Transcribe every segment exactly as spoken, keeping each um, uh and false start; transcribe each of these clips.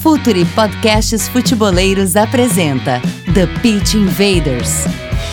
Futuri Podcasts Futeboleiros apresenta The Pitch Invaders.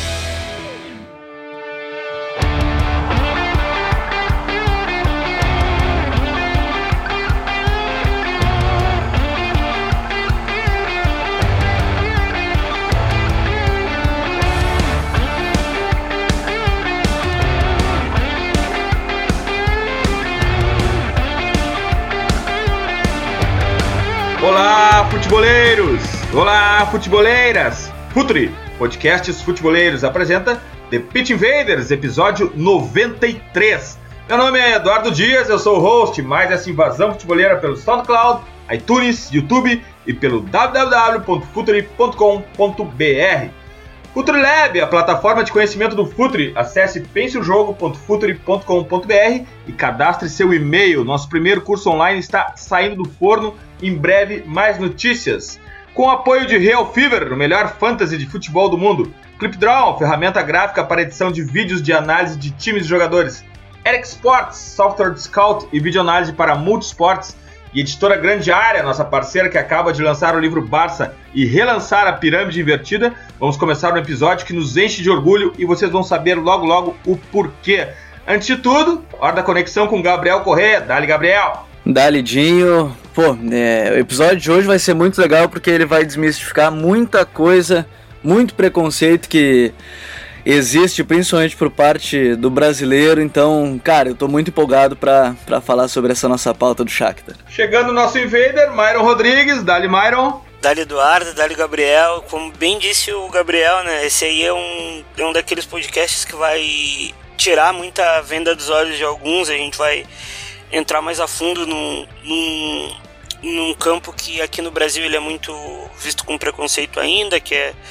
Olá, futeboleiros! Olá, futeboleiras! Futuri Podcasts Futeboleiros apresenta The Pitch Invaders, episódio noventa e três. Meu nome é Eduardo Dias, eu sou o host, mais essa invasão futeboleira pelo SoundCloud, iTunes, YouTube e pelo w w w ponto futuri ponto com ponto b r. Futuri Lab, a plataforma de conhecimento do Futuri. Acesse pense o jogo ponto futuri ponto com ponto b r e cadastre seu e-mail. Nosso primeiro curso online está saindo do forno. Em breve, mais notícias. Com o apoio de Real Fever, o melhor fantasy de futebol do mundo. ClipDraw, ferramenta gráfica para edição de vídeos de análise de times e jogadores. Eric Sports, software de scout e videoanálise para multisports. E Editora Grande Área, nossa parceira que acaba de lançar o livro Barça e relançar a Pirâmide Invertida. Vamos começar um episódio que nos enche de orgulho e vocês vão saber logo logo o porquê. Antes de tudo, hora da conexão com Gabriel Corrêa. Dale, Gabriel! Dale, Dinho. Pô, é, o episódio de hoje vai ser muito legal porque ele vai desmistificar muita coisa, muito preconceito que existe, principalmente por parte do brasileiro. Então, cara, eu tô muito empolgado pra, pra falar sobre essa nossa pauta do Shakhtar. Chegando o nosso invader, Myron Rodrigues. Dale, Myron. Dale, Eduardo. Dale, Gabriel. Como bem disse o Gabriel, né, esse aí é um, é um daqueles podcasts que vai tirar muita venda dos olhos de alguns. A gente vai entrar mais a fundo num, num, num campo que aqui no Brasil ele é muito visto com preconceito ainda, que é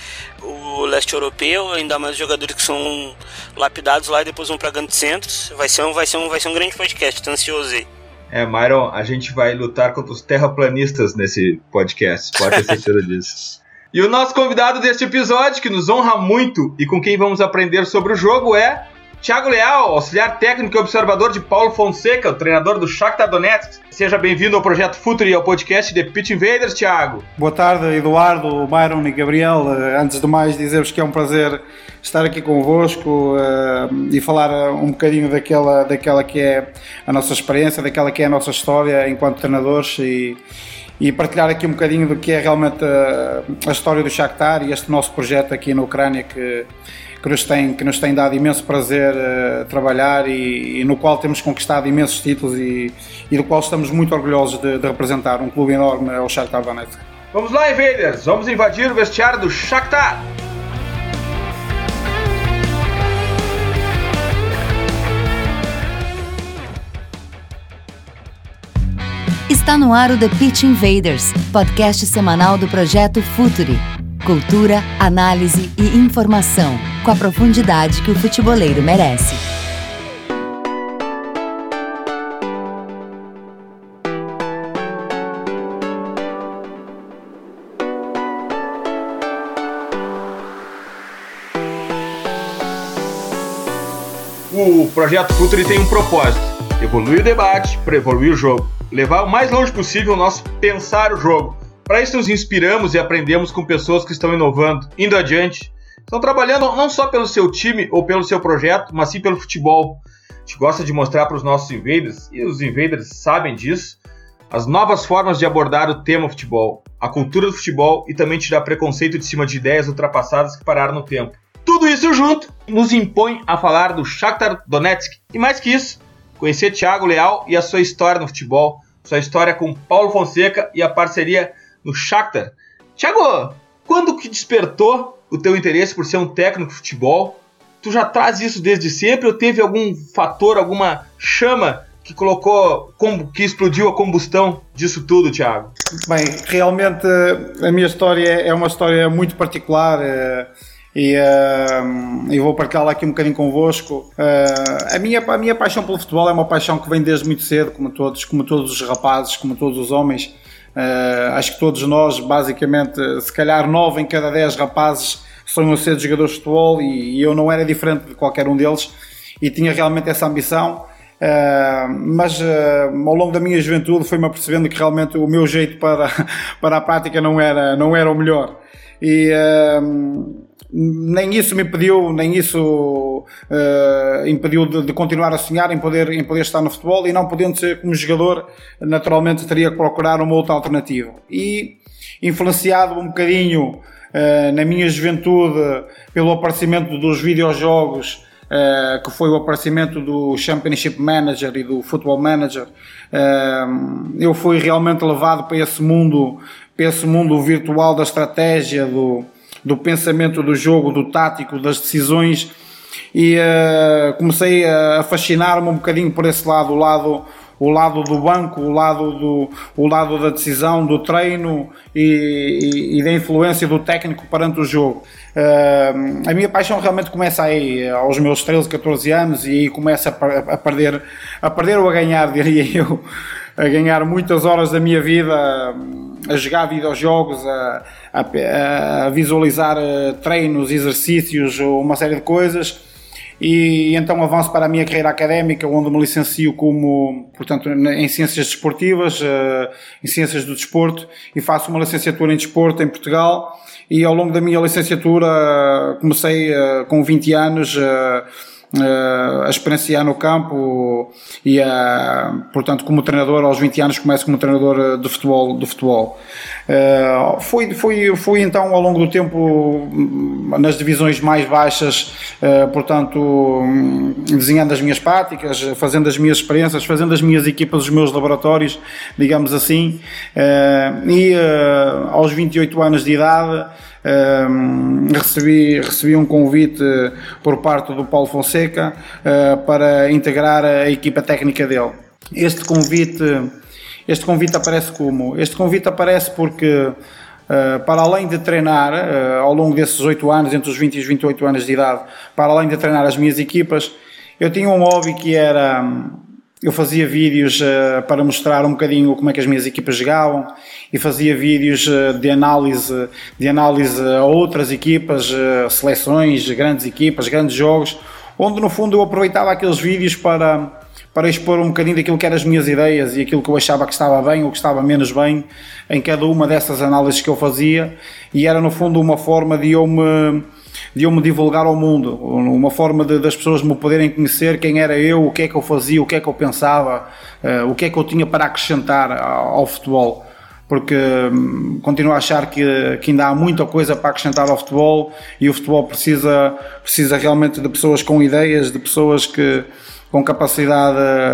o leste europeu, ainda mais os jogadores que são lapidados lá e depois vão para grandes centros. Vai ser um, vai ser um, vai ser um grande podcast, tô ansioso aí. É, Myron, a gente vai lutar contra os terraplanistas nesse podcast, pode ter certeza disso. E o nosso convidado deste episódio, que nos honra muito e com quem vamos aprender sobre o jogo, é Thiago Leal, auxiliar técnico e observador de Paulo Fonseca, o treinador do Shakhtar Donetsk. Seja bem-vindo ao Projeto Futuri e ao podcast The Pitch Invaders, Thiago. Boa tarde, Eduardo, Myron e Gabriel. Antes de mais, dizer-vos que é um prazer estar aqui convosco uh, e falar um bocadinho daquela, daquela que é a nossa experiência, daquela que é a nossa história enquanto treinadores e, e partilhar aqui um bocadinho do que é realmente a, a história do Shakhtar e este nosso projeto aqui na Ucrânia que Que nos, tem, que nos tem dado imenso prazer uh, trabalhar e, e no qual temos conquistado imensos títulos e, e do qual estamos muito orgulhosos de, de representar um clube enorme, é o Shakhtar Donetsk. Vamos lá, invaders! Vamos invadir o vestiário do Shakhtar! Está no ar o The Pitch Invaders, podcast semanal do Projeto Futuri. Cultura, análise e informação, com a profundidade que o futeboleiro merece. O Projeto Futuri tem um propósito: evoluir o debate para evoluir o jogo, levar o mais longe possível o nosso pensar o jogo. Para isso nos inspiramos e aprendemos com pessoas que estão inovando, indo adiante. Estão trabalhando não só pelo seu time ou pelo seu projeto, mas sim pelo futebol. A gente gosta de mostrar para os nossos invaders, e os invaders sabem disso, as novas formas de abordar o tema futebol, a cultura do futebol e também tirar preconceito de cima de ideias ultrapassadas que pararam no tempo. Tudo isso junto nos impõe a falar do Shakhtar Donetsk. E mais que isso, conhecer Thiago Leal e a sua história no futebol, sua história com Paulo Fonseca e a parceria no Shakhtar. Thiago, quando que despertou o teu interesse por ser um técnico de futebol? Tu já traz isso desde sempre ou teve algum fator, alguma chama que colocou, que explodiu a combustão disso tudo, Thiago? Bem, realmente a minha história é uma história muito particular e, e vou partilhá-la aqui um bocadinho convosco. A minha, a minha paixão pelo futebol é uma paixão que vem desde muito cedo, como todos, como todos os rapazes, como todos os homens. Uh, acho que todos nós, basicamente, se calhar nove em cada dez rapazes sonham ser jogadores de futebol e, e eu não era diferente de qualquer um deles e tinha realmente essa ambição Uh, mas uh, ao longo da minha juventude fui-me apercebendo que realmente o meu jeito para, para a prática não era, não era o melhor. E uh, nem isso me impediu, nem isso uh, impediu de, de continuar a sonhar em poder, em poder estar no futebol, e não podendo ser como jogador, naturalmente teria que procurar uma outra alternativa. E influenciado um bocadinho uh, na minha juventude pelo aparecimento dos videojogos, Uh, que foi o aparecimento do Championship Manager e do Football Manager, uh, eu fui realmente levado para esse mundo, para esse mundo virtual da estratégia, do, do pensamento do jogo, do tático, das decisões, e uh, comecei a fascinar-me um bocadinho por esse lado, o lado o lado do banco, o lado, do, o lado da decisão, do treino e, e, e da influência do técnico perante o jogo. Uh, a minha paixão realmente começa aí, aos meus treze, catorze anos, e aí começa a, a, perder, a perder ou a ganhar, diria eu, a ganhar muitas horas da minha vida a jogar videojogos, a, a, a visualizar treinos, exercícios, uma série de coisas. E então avanço para a minha carreira académica, onde me licencio como, portanto, em Ciências Desportivas, em Ciências do Desporto, e faço uma licenciatura em Desporto em Portugal. E ao longo da minha licenciatura comecei com vinte anos a experienciar no campo, e a, portanto, como treinador, aos vinte anos começo como treinador de futebol, de futebol. Uh, fui, fui, fui então ao longo do tempo nas divisões mais baixas, uh, portanto, desenhando as minhas práticas, fazendo as minhas experiências, fazendo as minhas equipas, os meus laboratórios, digamos assim, uh, e uh, aos vinte e oito anos de idade uh, recebi, recebi um convite por parte do Paulo Fonseca uh, para integrar a equipa técnica dele. Este convite Este convite aparece como? Este convite aparece porque, uh, para além de treinar, uh, ao longo desses oito anos, entre os vinte e os vinte e oito anos de idade, para além de treinar as minhas equipas, eu tinha um hobby que era, eu fazia vídeos uh, para mostrar um bocadinho como é que as minhas equipas jogavam, e fazia vídeos uh, de análise, de análise a outras equipas, uh, seleções, grandes equipas, grandes jogos, onde no fundo eu aproveitava aqueles vídeos para... para expor um bocadinho daquilo que eram as minhas ideias e aquilo que eu achava que estava bem ou que estava menos bem em cada uma dessas análises que eu fazia, e era no fundo uma forma de eu me, de eu me divulgar ao mundo, uma forma de, das pessoas me poderem conhecer quem era eu, o que é que eu fazia, o que é que eu pensava, uh, o que é que eu tinha para acrescentar ao, ao futebol. Porque hum, continuo a achar que, que ainda há muita coisa para acrescentar ao futebol, e o futebol precisa, precisa realmente de pessoas com ideias, de pessoas que com capacidade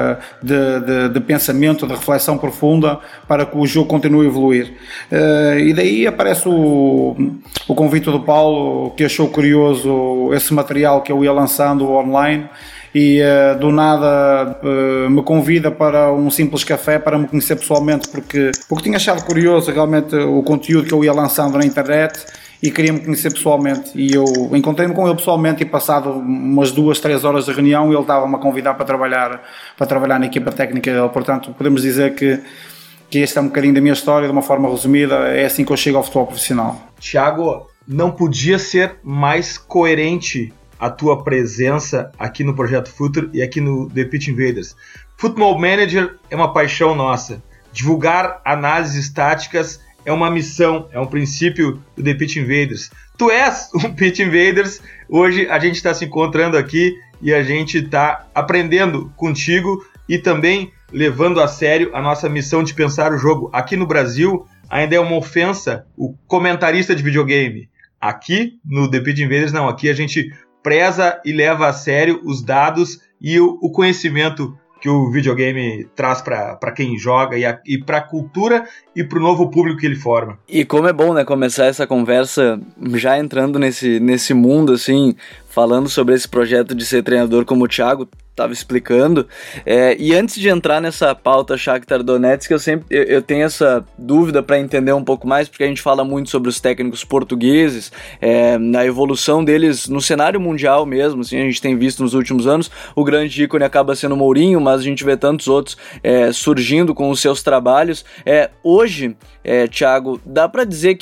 de, de, de pensamento, de reflexão profunda, para que o jogo continue a evoluir. Uh, e daí aparece o, o convite do Paulo, que achou curioso esse material que eu ia lançando online, e uh, do nada uh, me convida para um simples café para me conhecer pessoalmente, porque, porque tinha achado curioso realmente o conteúdo que eu ia lançando na internet, e queria-me conhecer pessoalmente, e eu encontrei-me com ele pessoalmente, e passado umas duas, três horas de reunião, ele estava-me a convidar para trabalhar, para trabalhar na equipa técnica dele. Portanto, podemos dizer que, que este é um bocadinho da minha história, de uma forma resumida. É assim que eu chego ao futebol profissional. Thiago, não podia ser mais coerente a tua presença aqui no Projeto Futuri e aqui no The Pitch Invaders. Football Manager é uma paixão nossa. Divulgar análises táticas é uma missão, é um princípio do The Pitch Invaders. Tu és um Pitch Invaders, hoje a gente está se encontrando aqui e a gente está aprendendo contigo e também levando a sério a nossa missão de pensar o jogo. Aqui no Brasil ainda é uma ofensa o comentarista de videogame. Aqui no The Pitch Invaders não, aqui a gente preza e leva a sério os dados e o, o conhecimento que o videogame traz para quem joga, e, e para a cultura e para o novo público que ele forma. E como é bom, né, começar essa conversa já entrando nesse, nesse mundo, assim, falando sobre esse projeto de ser treinador, como o Thiago estava explicando. É, e antes de entrar nessa pauta Shakhtar Donetsk, eu sempre eu, eu tenho essa dúvida para entender um pouco mais, porque a gente fala muito sobre os técnicos portugueses, é, na evolução deles no cenário mundial mesmo, assim, a gente tem visto nos últimos anos, o grande ícone acaba sendo o Mourinho, mas a gente vê tantos outros é, surgindo com os seus trabalhos. É, hoje, é, Thiago, dá para dizer que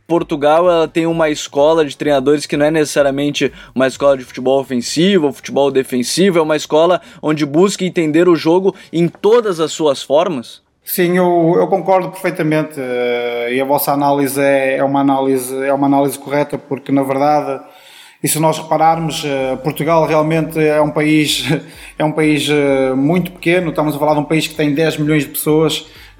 Portugal ela tem uma escola de treinadores que não é necessariamente uma escola de futebol ofensivo ou futebol defensivo, é uma escola onde busca entender o jogo em todas as suas formas? Sim, eu, eu concordo perfeitamente, e a vossa análise é, é, uma análise, é uma análise correta, porque na verdade, e se nós repararmos, Portugal realmente é um país, é um país muito pequeno, estamos a falar de um país que tem dez milhões de pessoas,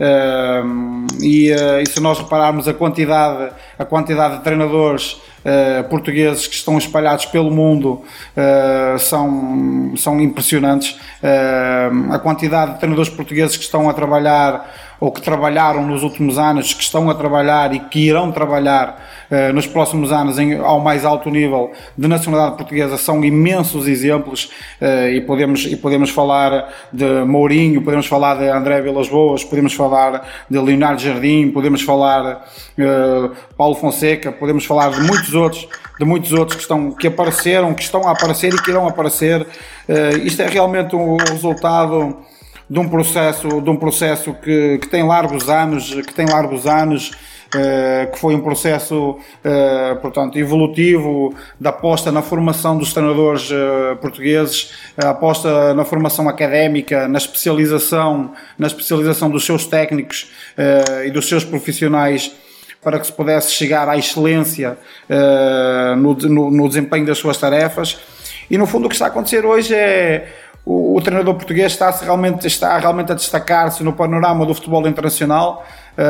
e, e se nós repararmos a quantidade, a quantidade de treinadores Uh, portugueses que estão espalhados pelo mundo uh, são, são impressionantes. Uh, a quantidade de treinadores portugueses que estão a trabalhar ou que trabalharam nos últimos anos, que estão a trabalhar e que irão trabalhar uh, nos próximos anos em, ao mais alto nível de nacionalidade portuguesa são imensos exemplos, uh, e, podemos, e podemos falar de Mourinho, podemos falar de André Vilas-Boas, podemos falar de Leonardo Jardim, podemos falar uh, Paulo Fonseca, podemos falar de muitos outros, de muitos outros que, estão, que apareceram, que estão a aparecer e que irão aparecer. Uh, isto é realmente o resultado de um processo, de um processo que, que tem largos anos, que tem largos anos, uh, que foi um processo, uh, portanto, evolutivo, da aposta na formação dos treinadores uh, portugueses, a aposta na formação académica, na especialização, na especialização dos seus técnicos uh, e dos seus profissionais, para que se pudesse chegar à excelência uh, no, no, no desempenho das suas tarefas. E no fundo o que está a acontecer hoje é o, o treinador português está, -se realmente, está realmente a destacar-se no panorama do futebol internacional,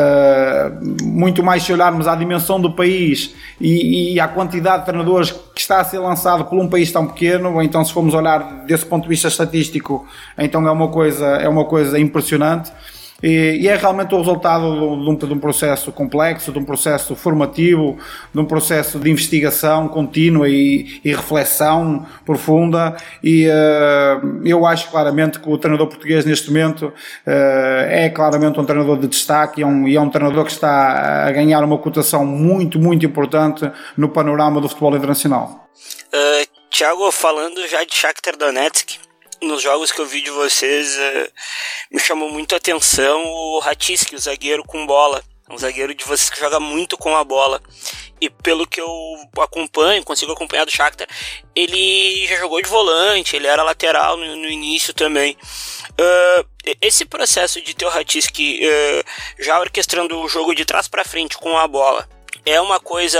uh, muito mais se olharmos à dimensão do país e, e à quantidade de treinadores que está a ser lançado por um país tão pequeno, ou então se formos olhar desse ponto de vista estatístico, então é uma coisa, é uma coisa impressionante. E, e é realmente o resultado de um, de um processo complexo, de um processo formativo, de um processo de investigação contínua e, e reflexão profunda, e uh, eu acho claramente que o treinador português neste momento uh, é claramente um treinador de destaque, e é um, e é um treinador que está a ganhar uma cotação muito, muito importante no panorama do futebol internacional. Uh, Thiago, falando já de Shakhtar Donetsk, nos jogos que eu vi de vocês, uh, me chamou muito a atenção o Hraticki, o zagueiro com bola. Um zagueiro de vocês que joga muito com a bola. E pelo que eu acompanho, consigo acompanhar do Shakhtar, ele já jogou de volante, ele era lateral no, no início também. Uh, esse processo de ter o Hraticki uh, já orquestrando o jogo de trás para frente com a bola é uma coisa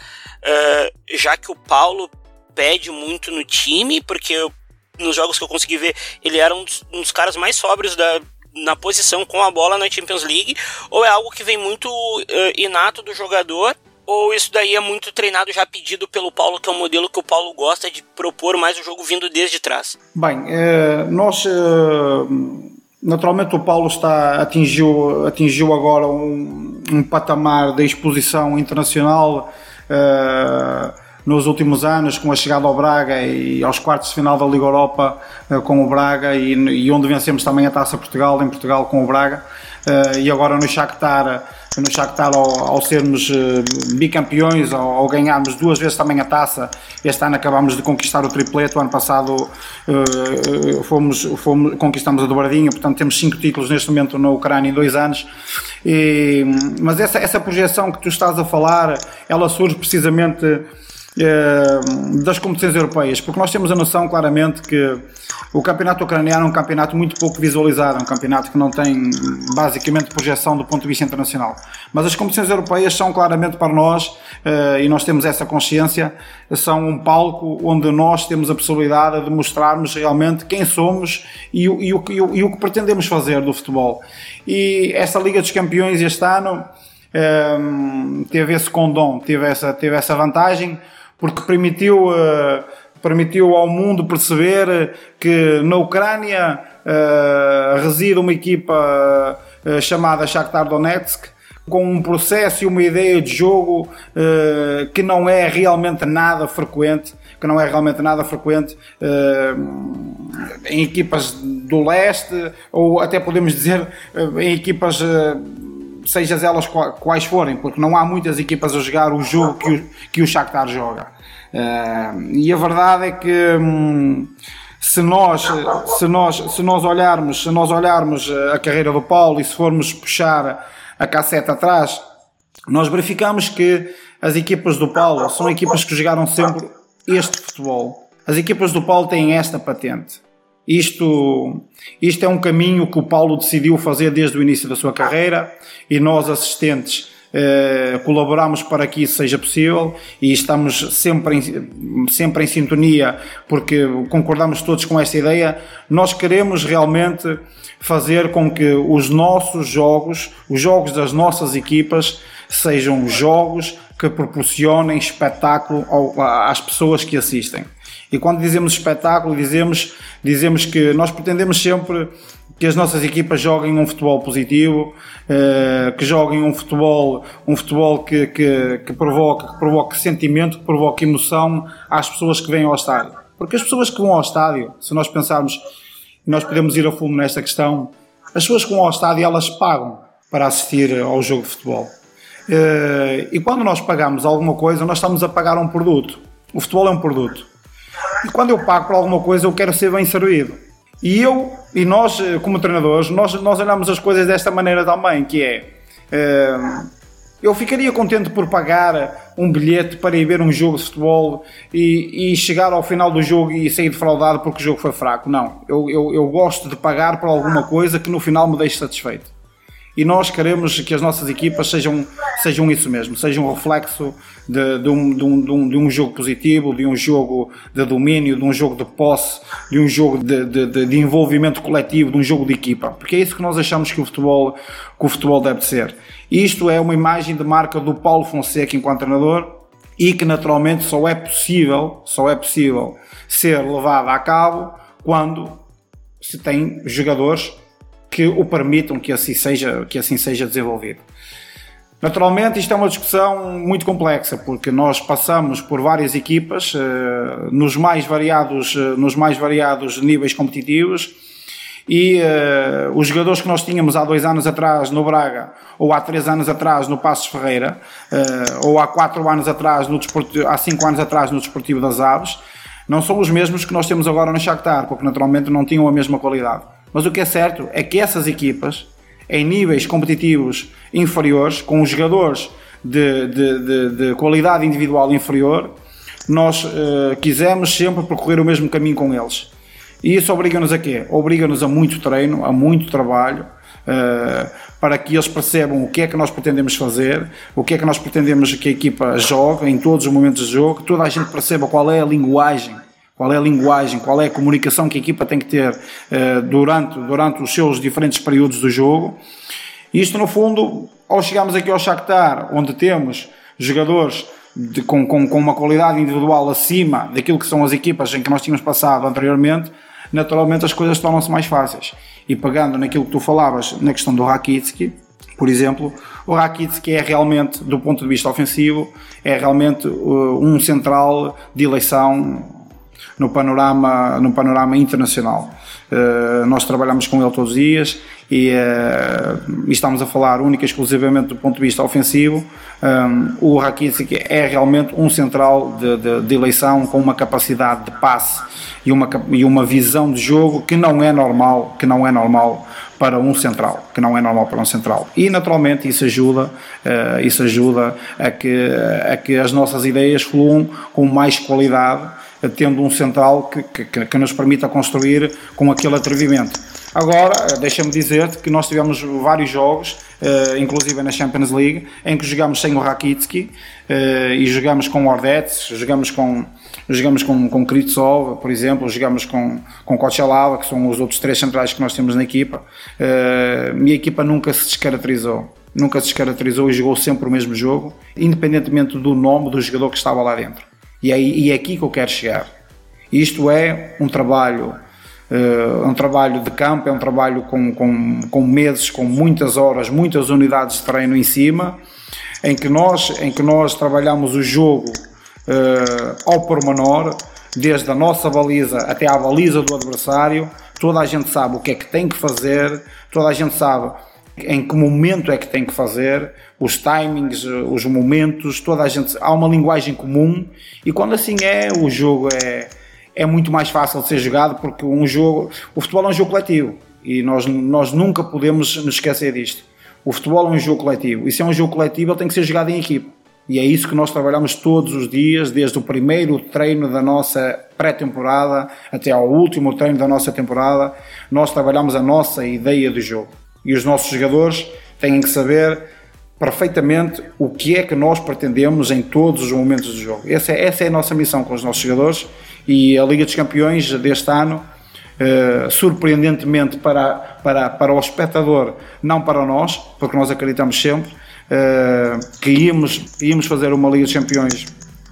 uh, já que o Paulo pede muito no time, porque eu nos jogos que eu consegui ver, ele era um dos, um dos caras mais sóbrios da, na posição com a bola na Champions League, ou é algo que vem muito uh, inato do jogador, ou isso daí é muito treinado, já pedido pelo Paulo, que é um modelo que o Paulo gosta de propor mais o jogo vindo desde trás? Bem, é, nós... É... Naturalmente o Paulo está, atingiu, atingiu agora um, um patamar de exposição internacional uh, nos últimos anos, com a chegada ao Braga e aos quartos de final da Liga Europa uh, com o Braga, e, e onde vencemos também a Taça Portugal, em Portugal com o Braga, uh, e agora no Shakhtar, no Shakhtar ao, ao sermos uh, bicampeões, ao, ao ganharmos duas vezes também a Taça. Este ano acabámos de conquistar o triplete, o ano passado uh, fomos, fomos, conquistamos a dobradinha, portanto temos cinco títulos neste momento na Ucrânia em dois anos. E, mas essa, essa projeção que tu estás a falar, ela surge precisamente das competições europeias, porque nós temos a noção claramente que o campeonato ucraniano é um campeonato muito pouco visualizado, é um campeonato que não tem basicamente projeção do ponto de vista internacional, mas as competições europeias são claramente para nós, e nós temos essa consciência, são um palco onde nós temos a possibilidade de mostrarmos realmente quem somos e o, e o, e o, e o que pretendemos fazer do futebol. E essa Liga dos Campeões este ano um, teve esse condom, teve essa, teve essa vantagem, porque permitiu, uh, permitiu ao mundo perceber que na Ucrânia uh, reside uma equipa uh, chamada Shakhtar Donetsk, com um processo e uma ideia de jogo uh, que não é realmente nada frequente, que não é realmente nada frequente uh, em equipas do leste, ou até podemos dizer uh, em equipas... Uh, seja elas quais forem, porque não há muitas equipas a jogar o jogo que o, que o Shakhtar joga. Uh, e a verdade é que um, se nós, se nós, se nós olharmos, se nós olharmos a carreira do Paulo e se formos puxar a cassete atrás, nós verificamos que as equipas do Paulo são equipas que jogaram sempre este futebol. As equipas do Paulo têm esta patente. Isto, isto é um caminho que o Paulo decidiu fazer desde o início da sua carreira e nós, assistentes, eh, colaboramos para que isso seja possível e estamos sempre em, sempre em sintonia porque concordamos todos com esta ideia. Nós queremos realmente fazer com que os nossos jogos, os jogos das nossas equipas, sejam jogos que proporcionem espetáculo ao, às pessoas que assistem. E quando dizemos espetáculo, dizemos, dizemos que nós pretendemos sempre que as nossas equipas joguem um futebol positivo, eh, que joguem um futebol, um futebol que, que, que, provoque, que provoque sentimento, que provoque emoção às pessoas que vêm ao estádio. Porque as pessoas que vão ao estádio, se nós pensarmos, nós podemos ir a fundo nesta questão, as pessoas que vão ao estádio, elas pagam para assistir ao jogo de futebol. Eh, e quando nós pagamos alguma coisa, nós estamos a pagar um produto. O futebol é um produto. E quando eu pago por alguma coisa, eu quero ser bem servido. E eu, e nós, como treinadores, nós, nós olhamos as coisas desta maneira também, que é... Uh, eu ficaria contente por pagar um bilhete para ir ver um jogo de futebol e, e chegar ao final do jogo e sair defraudado porque o jogo foi fraco. Não, eu, eu, eu gosto de pagar por alguma coisa que no final me deixe satisfeito. E nós queremos que as nossas equipas sejam, sejam isso mesmo, sejam um reflexo de, de, um, de, um, de um jogo positivo, de um jogo de domínio, de um jogo de posse, de um jogo de, de, de envolvimento coletivo, de um jogo de equipa. Porque é isso que nós achamos que o futebol, que o futebol deve ser. Isto é uma imagem de marca do Paulo Fonseca enquanto treinador e que naturalmente só é possível, só é possível ser levado a cabo quando se tem jogadores que o permitam que assim seja, que assim seja desenvolvido. Naturalmente, isto é uma discussão muito complexa, porque nós passamos por várias equipas, eh, nos, mais variados, eh, nos mais variados níveis competitivos, e eh, os jogadores que nós tínhamos há dois anos atrás no Braga, ou há três anos atrás no Passos Ferreira, eh, ou há quatro anos atrás, no Desportivo, há cinco anos atrás no Desportivo das Aves, não são os mesmos que nós temos agora no Shakhtar, porque naturalmente não tinham a mesma qualidade. Mas o que é certo é que essas equipas, em níveis competitivos inferiores, com os jogadores de, de, de, de qualidade individual inferior, nós uh, quisemos sempre percorrer o mesmo caminho com eles. E isso obriga-nos a quê? Obriga-nos a muito treino, a muito trabalho, uh, para que eles percebam o que é que nós pretendemos fazer, o que é que nós pretendemos que a equipa jogue em todos os momentos de jogo, que toda a gente perceba qual é a linguagem, qual é a linguagem, qual é a comunicação que a equipa tem que ter uh, durante, durante os seus diferentes períodos do jogo. Isto, no fundo, ao chegarmos aqui ao Shakhtar, onde temos jogadores de, com, com, com uma qualidade individual acima daquilo que são as equipas em que nós tínhamos passado anteriormente, naturalmente as coisas tornam-se mais fáceis. E pegando naquilo que tu falavas, na questão do Rakitsky, por exemplo, o Rakitsky é realmente, do ponto de vista ofensivo, é realmente uh, um central de eleição no panorama, no panorama internacional. Uh, nós trabalhamos com ele todos os dias e, uh, e estamos a falar única e exclusivamente do ponto de vista ofensivo. Um, o Rakitsky é realmente um central de, de, de eleição com uma capacidade de passe e uma, e uma visão de jogo que não é normal, que não é normal para um central, que não é normal para um central. E naturalmente isso ajuda, uh, isso ajuda a que, a que as nossas ideias fluam com mais qualidade, tendo um central que, que, que nos permita construir com aquele atrevimento. Agora, deixa-me dizer-te que nós tivemos vários jogos, uh, inclusive na Champions League, em que jogamos sem o Rakitsky uh, e jogamos com o Ordets, jogamos com, jogamos com, com Kritsov, por exemplo, jogamos com, com Kochalava, que são os outros três centrais que nós temos na equipa. Uh, minha equipa nunca se descaracterizou. Nunca se descaracterizou e jogou sempre o mesmo jogo, independentemente do nome do jogador que estava lá dentro. E é, e é aqui que eu quero chegar. Isto é um trabalho, uh, um trabalho de campo, é um trabalho com, com, com meses, com muitas horas, muitas unidades de treino em cima, em que nós, em que nós trabalhamos o jogo uh, ao pormenor, desde a nossa baliza até à baliza do adversário. Toda a gente sabe o que é que tem que fazer, toda a gente sabe em que momento é que tem que fazer, os timings, os momentos, toda a gente, há uma linguagem comum, e quando assim é, o jogo é, é muito mais fácil de ser jogado, porque um jogo, o futebol é um jogo coletivo, e nós, nós nunca podemos nos esquecer disto. O futebol é um jogo coletivo, e se é um jogo coletivo ele tem que ser jogado em equipa. E é isso que nós trabalhamos todos os dias, desde o primeiro treino da nossa pré-temporada até ao último treino da nossa temporada. Nós trabalhamos a nossa ideia de jogo. E os nossos jogadores têm que saber perfeitamente o que é que nós pretendemos em todos os momentos do jogo. Essa é, essa é a nossa missão com os nossos jogadores. E a Liga dos Campeões deste ano, Uh, surpreendentemente para, para, para o espectador, não para nós, porque nós acreditamos sempre uh, que íamos, íamos fazer uma Liga dos Campeões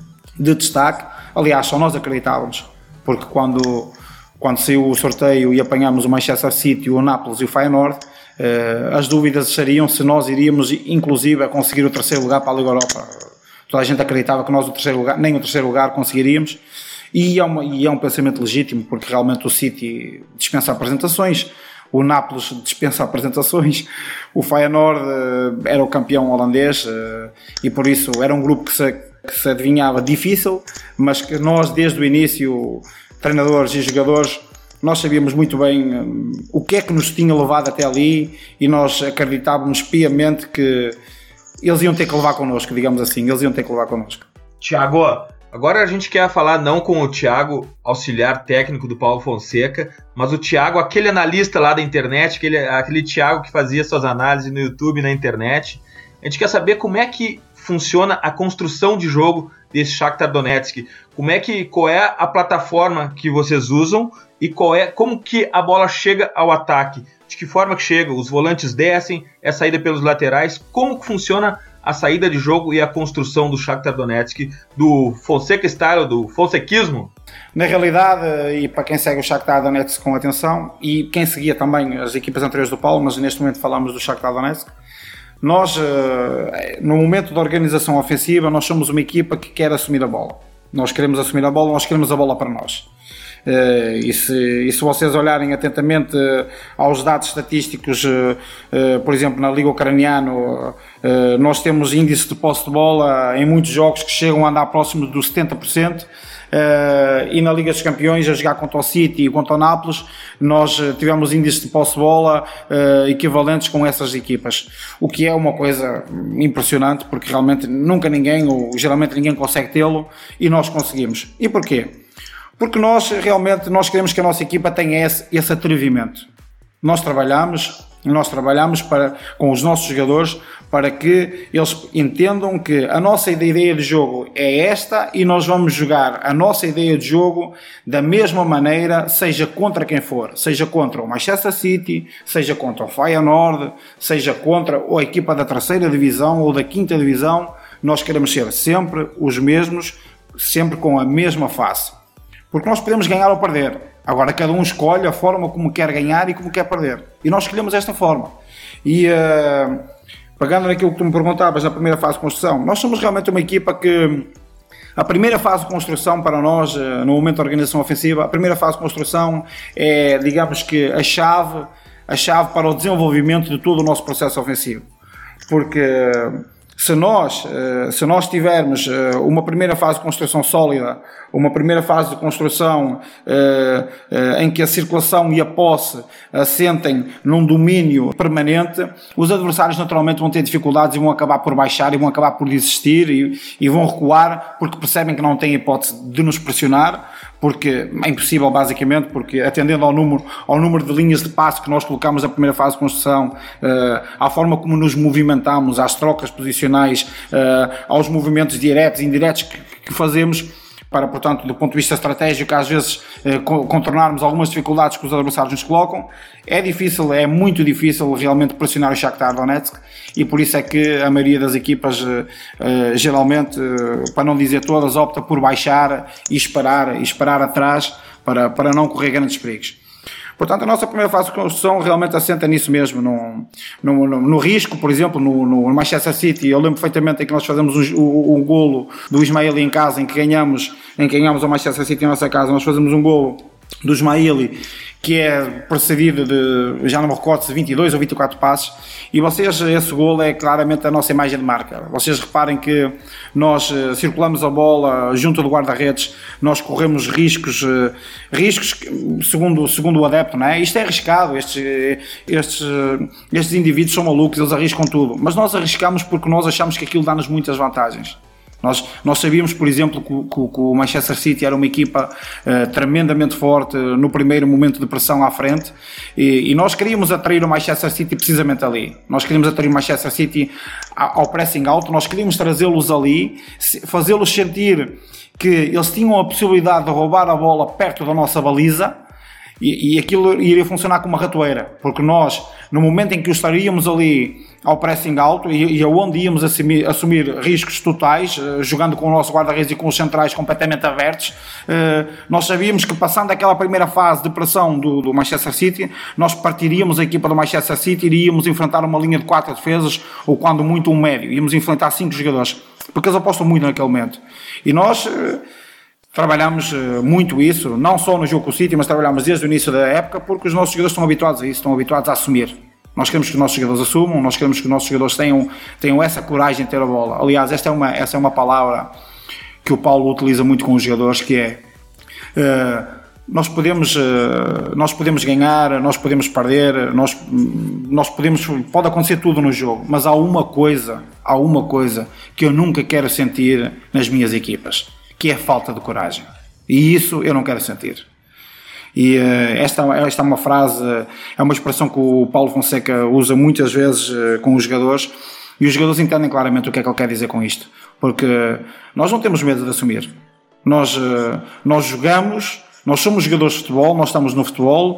de destaque. Aliás, só nós acreditávamos, porque quando, quando saiu o sorteio e apanhámos o Manchester City, o Nápoles e o Feyenoord, uh, as dúvidas seriam se nós iríamos inclusive a conseguir o terceiro lugar para a Liga Europa. Toda a gente acreditava que nós o terceiro lugar, nem o terceiro lugar conseguiríamos. E é, uma, e é um pensamento legítimo, porque realmente o City dispensa apresentações, o Nápoles dispensa apresentações, o Feyenoord uh, era o campeão holandês uh, e por isso era um grupo que se, que se adivinhava difícil, mas que nós desde o início, treinadores e jogadores, nós sabíamos muito bem um, o que é que nos tinha levado até ali e nós acreditávamos piamente que eles iam ter que levar connosco, digamos assim, eles iam ter que levar connosco. Tiago, agora a gente quer falar não com o Thiago, auxiliar técnico do Paulo Fonseca, mas o Thiago, aquele analista lá da internet, aquele, aquele Thiago que fazia suas análises no YouTube e na internet. A gente quer saber como é que funciona a construção de jogo desse Shakhtar Donetsk. Como é que, qual é a plataforma que vocês usam e qual é, como que a bola chega ao ataque? De que forma que chega? Os volantes descem, é saída pelos laterais? Como que funciona a saída de jogo e a construção do Shakhtar Donetsk, do Fonseca Style, do fonsequismo? Na realidade, e para quem segue o Shakhtar Donetsk com atenção, e quem seguia também as equipas anteriores do Paulo, mas neste momento falamos do Shakhtar Donetsk, nós, no momento da organização ofensiva, nós somos uma equipa que quer assumir a bola. Nós queremos assumir a bola, nós queremos a bola para nós. Uh, e, se, e se vocês olharem atentamente uh, aos dados estatísticos, uh, uh, por exemplo, na Liga Ucraniana, uh, nós temos índice de posse de bola em muitos jogos que chegam a andar próximo dos setenta por cento. Uh, e na Liga dos Campeões, a jogar contra o City e contra o Nápoles, nós tivemos índices de posse de bola uh, equivalentes com essas equipas, o que é uma coisa impressionante, porque realmente nunca ninguém, ou geralmente ninguém consegue tê-lo, e nós conseguimos. E porquê? Porque nós realmente nós queremos que a nossa equipa tenha esse, esse atrevimento. Nós trabalhamos, nós trabalhamos para, com os nossos jogadores para que eles entendam que a nossa ideia de jogo é esta e nós vamos jogar a nossa ideia de jogo da mesma maneira, seja contra quem for, seja contra o Manchester City, seja contra o Feyenoord, seja contra a equipa da terceira divisão ou da quinta divisão, nós queremos ser sempre os mesmos, sempre com a mesma face. Porque nós podemos ganhar ou perder. Agora cada um escolhe a forma como quer ganhar e como quer perder. E nós escolhemos esta forma. E uh, pegando naquilo que tu me perguntavas na primeira fase de construção, nós somos realmente uma equipa que a primeira fase de construção para nós, uh, no momento da organização ofensiva, a primeira fase de construção é, digamos que, a chave, a chave para o desenvolvimento de todo o nosso processo ofensivo. Porque uh, se nós, uh, se nós tivermos uh, uma primeira fase de construção sólida, uma primeira fase de construção uh, uh, em que a circulação e a posse assentem num domínio permanente, os adversários naturalmente vão ter dificuldades e vão acabar por baixar e vão acabar por desistir e, e vão recuar porque percebem que não têm hipótese de nos pressionar, porque é impossível basicamente, porque atendendo ao número, ao número de linhas de passe que nós colocamos na primeira fase de construção, uh, à forma como nos movimentamos, às trocas posicionais, uh, aos movimentos diretos e indiretos que, que fazemos, para, portanto, do ponto de vista estratégico, às vezes eh, contornarmos algumas dificuldades que os adversários nos colocam, é difícil, é muito difícil realmente pressionar o Shakhtar Donetsk e por isso é que a maioria das equipas, eh, eh, geralmente, eh, para não dizer todas, opta por baixar e esperar, e esperar atrás para, para não correr grandes perigos. Portanto, a nossa primeira fase de construção realmente assenta nisso mesmo, no, no, no, no risco, por exemplo, no, no Manchester City. Eu lembro perfeitamente em que nós fazemos um, um, um golo do Ismaili em casa, em que ganhamos, em que ganhamos ao Manchester City em nossa casa, nós fazemos um golo do Ismaili, que é precedido de, já não me recordo se vinte e dois ou vinte e quatro passes, e vocês, esse gol é claramente a nossa imagem de marca. Vocês reparem que nós uh, circulamos a bola junto do guarda-redes, nós corremos riscos, uh, riscos segundo, segundo o adepto, não é? Isto é arriscado, estes, estes, uh, estes indivíduos são malucos, eles arriscam tudo, mas nós arriscamos porque nós achamos que aquilo dá-nos muitas vantagens. Nós, nós sabíamos, por exemplo, que, que, que o Manchester City era uma equipa uh, tremendamente forte uh, no primeiro momento de pressão à frente, e, e nós queríamos atrair o Manchester City precisamente ali. Nós queríamos atrair o Manchester City ao pressing alto, nós queríamos trazê-los ali, fazê-los sentir que eles tinham a possibilidade de roubar a bola perto da nossa baliza, e, e aquilo iria funcionar como uma ratoeira, porque nós, no momento em que os estaríamos ali ao pressing alto e, e aonde íamos assumir, assumir riscos totais, uh, jogando com o nosso guarda-redes e com os centrais completamente abertos, uh, nós sabíamos que passando aquela primeira fase de pressão do, do Manchester City, nós partiríamos a equipa do Manchester City e iríamos enfrentar uma linha de quatro defesas, ou quando muito um médio, íamos enfrentar cinco jogadores, porque eles apostam muito naquele momento. E nós... Uh, Trabalhamos muito isso, não só no jogo com o City, mas trabalhamos desde o início da época, porque os nossos jogadores estão habituados a isso, estão habituados a assumir. Nós queremos que os nossos jogadores assumam, nós queremos que os nossos jogadores tenham, tenham essa coragem de ter a bola. Aliás, esta é uma, essa é uma palavra que o Paulo utiliza muito com os jogadores, que é uh, nós, podemos, uh, nós podemos ganhar, nós podemos perder, nós, nós podemos, pode acontecer tudo no jogo, mas há uma coisa, há uma coisa que eu nunca quero sentir nas minhas equipas, que é a falta de coragem. E isso eu não quero sentir. E uh, esta, esta é uma frase, é uma expressão que o Paulo Fonseca usa muitas vezes uh, com os jogadores, e os jogadores entendem claramente o que é que ele quer dizer com isto. Porque nós não temos medo de assumir. Nós, uh, nós jogamos, nós somos jogadores de futebol, nós estamos no futebol,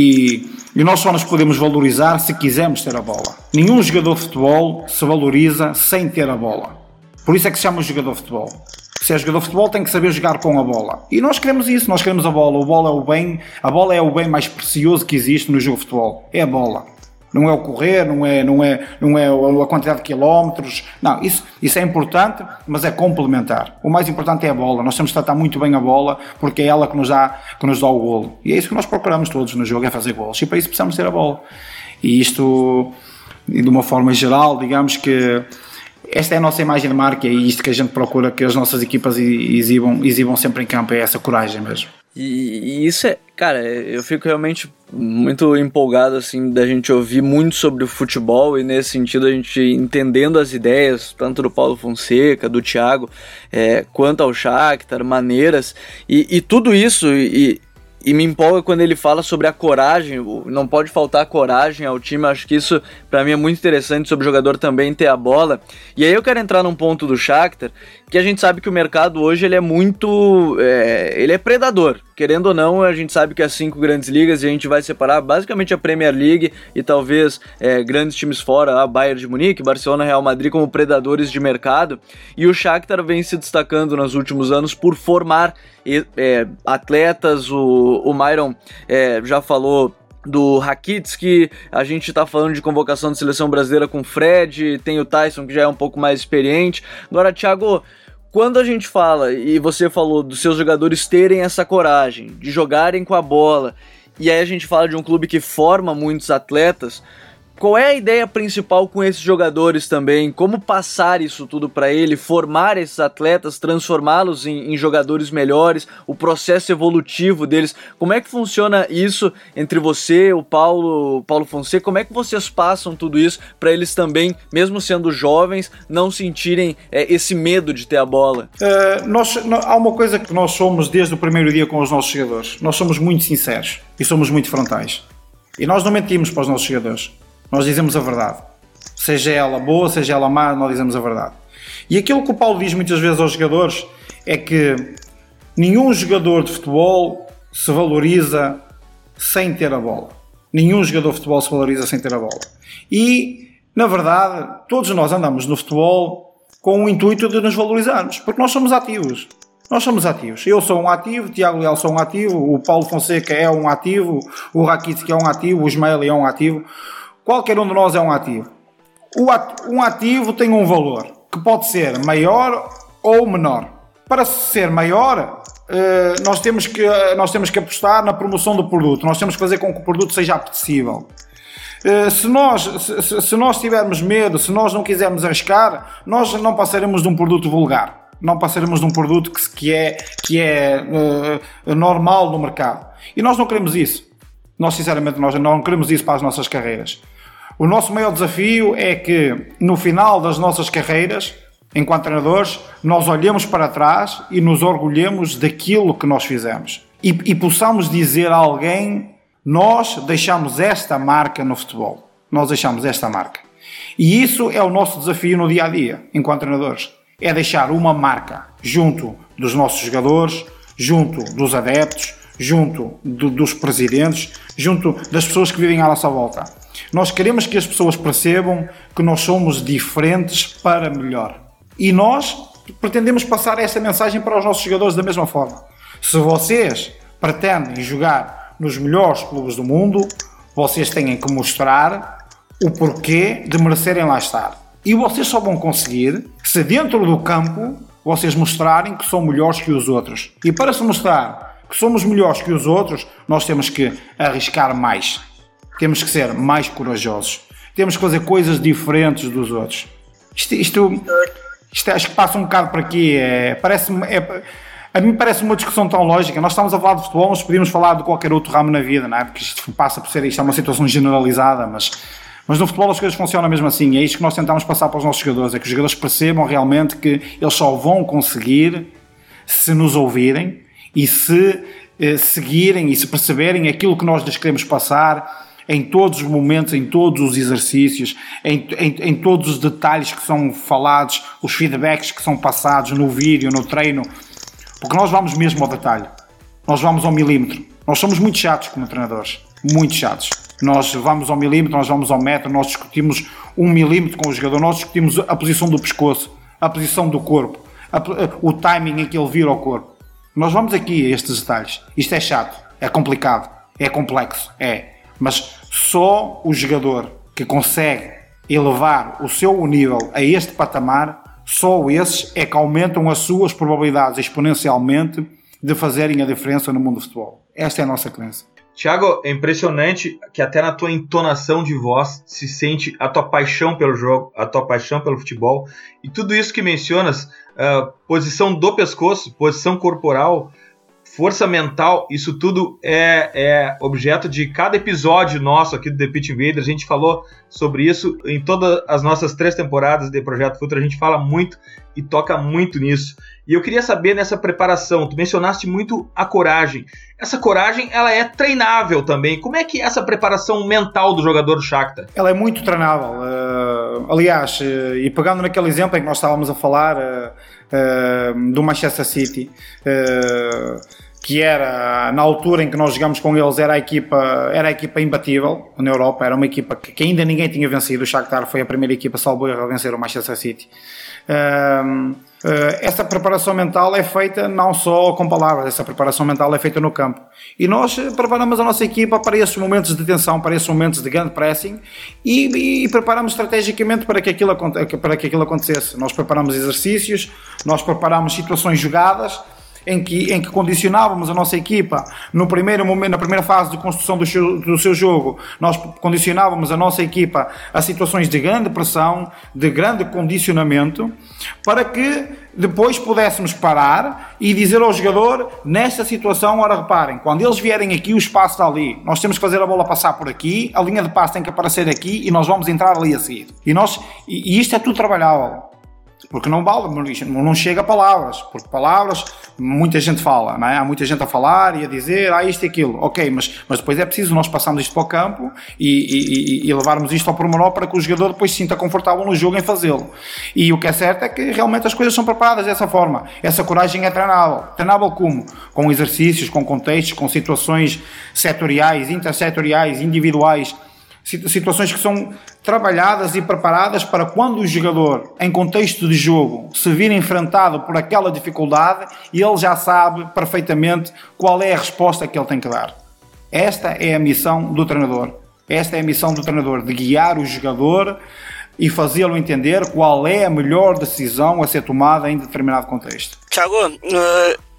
e, e nós só nos podemos valorizar se quisermos ter a bola. Nenhum jogador de futebol se valoriza sem ter a bola. Por isso é que se chama jogador de futebol. Se é jogador de futebol, tem que saber jogar com a bola. E nós queremos isso, nós queremos a bola. A bola é o bem, a bola é o bem mais precioso que existe no jogo de futebol. É a bola. Não é o correr, não é, não é, não é a quantidade de quilómetros. Não, isso, isso é importante, mas é complementar. O mais importante é a bola. Nós temos de tratar muito bem a bola, porque é ela que nos dá, que nos dá o golo. E é isso que nós procuramos todos no jogo, é fazer golos. E para isso precisamos ter a bola. E isto, de uma forma geral, digamos que esta é a nossa imagem de marca, e é isto que a gente procura que as nossas equipas exibam, exibam sempre em campo, é essa coragem mesmo. E, e isso é, cara, eu fico realmente muito empolgado, assim, da gente ouvir muito sobre o futebol, e nesse sentido a gente entendendo as ideias, tanto do Paulo Fonseca, do Thiago, é, quanto ao Shakhtar, maneiras, e, e tudo isso, e... E me empolga quando ele fala sobre a coragem, não pode faltar coragem ao time. Acho que isso pra mim é muito interessante, sobre o jogador também ter a bola. E aí eu quero entrar num ponto do Shakhtar, que a gente sabe que o mercado hoje ele é muito, é, ele é predador. Querendo ou não, a gente sabe que as cinco grandes ligas, e a gente vai separar basicamente a Premier League e talvez é, grandes times fora, a Bayern de Munique, Barcelona, Real Madrid, como predadores de mercado. E o Shakhtar vem se destacando nos últimos anos por formar é, atletas. O, o Myron é, já falou do Rakitsky, a gente tá falando de convocação de seleção brasileira com o Fred, tem o Tyson, que já é um pouco mais experiente. Agora, Thiago, quando a gente fala, e você falou dos seus jogadores terem essa coragem, de jogarem com a bola, e aí a gente fala de um clube que forma muitos atletas, qual é a ideia principal com esses jogadores também? Como passar isso tudo para ele, formar esses atletas, transformá-los em, em jogadores melhores, o processo evolutivo deles? Como é que funciona isso entre você, o Paulo, o Paulo Fonseca? Como é que vocês passam tudo isso para eles também, mesmo sendo jovens, não sentirem é, esse medo de ter a bola? Uh, nós, há uma coisa que nós somos desde o primeiro dia com os nossos jogadores. Nós somos muito sinceros e somos muito frontais. E nós não mentimos para os nossos jogadores. Nós dizemos a verdade. Seja ela boa, seja ela má, nós dizemos a verdade. E aquilo que o Paulo diz muitas vezes aos jogadores é que nenhum jogador de futebol se valoriza sem ter a bola. Nenhum jogador de futebol se valoriza sem ter a bola. E, na verdade, todos nós andamos no futebol com o intuito de nos valorizarmos, porque nós somos ativos. Nós somos ativos. Eu sou um ativo, o Tiago Leal sou um ativo, o Paulo Fonseca é um ativo, o Rakitsky é um ativo, o Ismaili é um ativo. Qualquer um de nós é um ativo. Um ativo tem um valor que pode ser maior ou menor. Para ser maior, uh, nós, temos que, uh, nós temos que apostar na promoção do produto, nós temos que fazer com que o produto seja apetecível. Uh, se, nós, se, se nós tivermos medo, se nós não quisermos arriscar, nós não passaremos de um produto vulgar, não passaremos de um produto que, que é, que é uh, normal no mercado. E nós não queremos isso. Nós, sinceramente, nós não queremos isso para as nossas carreiras. O nosso maior desafio é que, no final das nossas carreiras, enquanto treinadores, nós olhemos para trás e nos orgulhemos daquilo que nós fizemos. E, e possamos dizer a alguém, nós deixamos esta marca no futebol. Nós deixamos esta marca. E isso é o nosso desafio no dia-a-dia, enquanto treinadores. É deixar uma marca junto dos nossos jogadores, junto dos adeptos, junto do, dos presidentes, junto das pessoas que vivem à nossa volta. Nós queremos que as pessoas percebam que nós somos diferentes para melhor. E nós pretendemos passar essa mensagem para os nossos jogadores da mesma forma. Se vocês pretendem jogar nos melhores clubes do mundo, vocês têm que mostrar o porquê de merecerem lá estar. E vocês só vão conseguir se dentro do campo vocês mostrarem que são melhores que os outros. E para se mostrar que somos melhores que os outros, nós temos que arriscar mais. Temos que ser mais corajosos. Temos que fazer coisas diferentes dos outros. Isto, isto, isto acho que passa um bocado por aqui. É, parece, é, a mim parece uma discussão tão lógica. Nós estamos a falar de futebol, mas podíamos falar de qualquer outro ramo na vida, não é? Porque isto passa por ser, isto é uma situação generalizada, mas, mas no futebol as coisas funcionam mesmo assim. É isto que nós tentamos passar para os nossos jogadores, é que os jogadores percebam realmente que eles só vão conseguir se nos ouvirem e se eh, seguirem e se perceberem aquilo que nós lhes queremos passar em todos os momentos, em todos os exercícios, em, em, em todos os detalhes que são falados, os feedbacks que são passados no vídeo, no treino, porque nós vamos mesmo ao detalhe, nós vamos ao milímetro. Nós somos muito chatos como treinadores, muito chatos. Nós vamos ao milímetro, nós vamos ao metro, nós discutimos um milímetro com o jogador, nós discutimos a posição do pescoço, a posição do corpo, a, o timing em que ele vira ao corpo. Nós vamos aqui a estes detalhes. Isto é chato, é complicado, é complexo, é. Mas só o jogador que consegue elevar o seu nível a este patamar, só esses é que aumentam as suas probabilidades exponencialmente de fazerem a diferença no mundo do futebol. Esta é a nossa crença. Tiago, é impressionante que até na tua entonação de voz se sente a tua paixão pelo jogo, a tua paixão pelo futebol. E tudo isso que mencionas, uh, posição do pescoço, posição corporal, força mental, isso tudo é, é objeto de cada episódio nosso aqui do The Pitch Invaders. A gente falou sobre isso em todas as nossas três temporadas de Projeto Futuro. A gente fala muito e toca muito nisso. E eu queria saber nessa preparação, tu mencionaste muito a coragem. Essa coragem, ela é treinável também. Como é que é essa preparação mental do jogador do Shakhtar? Ela é muito treinável. Uh, aliás, uh, e pegando naquele exemplo em que nós estávamos a falar uh, uh, do Manchester City, uh, que era, na altura em que nós jogámos com eles, era a equipa, era a equipa imbatível na Europa, era uma equipa que, que ainda ninguém tinha vencido. O Shakhtar foi a primeira equipa, salvo erro, a vencer o Manchester City. Uh, uh, essa preparação mental é feita não só com palavras, essa preparação mental é feita no campo. E nós preparamos a nossa equipa para esses momentos de tensão, para esses momentos de grande pressing e, e preparamos estrategicamente para que, aquilo, para que aquilo acontecesse. Nós preparamos exercícios, nós preparamos situações jogadas, em que, em que condicionávamos a nossa equipa no primeiro momento, na primeira fase de construção do seu, do seu jogo, nós condicionávamos a nossa equipa a situações de grande pressão, de grande condicionamento, para que depois pudéssemos parar e dizer ao jogador, nesta situação, ora reparem, quando eles vierem aqui, o espaço está ali, nós temos que fazer a bola passar por aqui, a linha de passe tem que aparecer aqui e nós vamos entrar ali a seguir. E, nós, e, e isto é tudo trabalhável. Porque não vale, não chega a palavras, porque palavras muita gente fala, não é? Há muita gente a falar e a dizer, ah, isto e aquilo, ok, mas, mas depois é preciso nós passarmos isto para o campo e, e, e levarmos isto ao pormenor para que o jogador depois se sinta confortável no jogo em fazê-lo. E o que é certo é que realmente as coisas são preparadas dessa forma, essa coragem é treinável. Treinável como? Com exercícios, com contextos, com situações setoriais, intersetoriais, individuais, situações que são trabalhadas e preparadas para quando o jogador, em contexto de jogo, se vir enfrentado por aquela dificuldade, ele já sabe perfeitamente qual é a resposta que ele tem que dar. Esta é a missão do treinador. Esta é a missão do treinador, de guiar o jogador e fazê-lo entender qual é a melhor decisão a ser tomada em determinado contexto. Tiago, uh,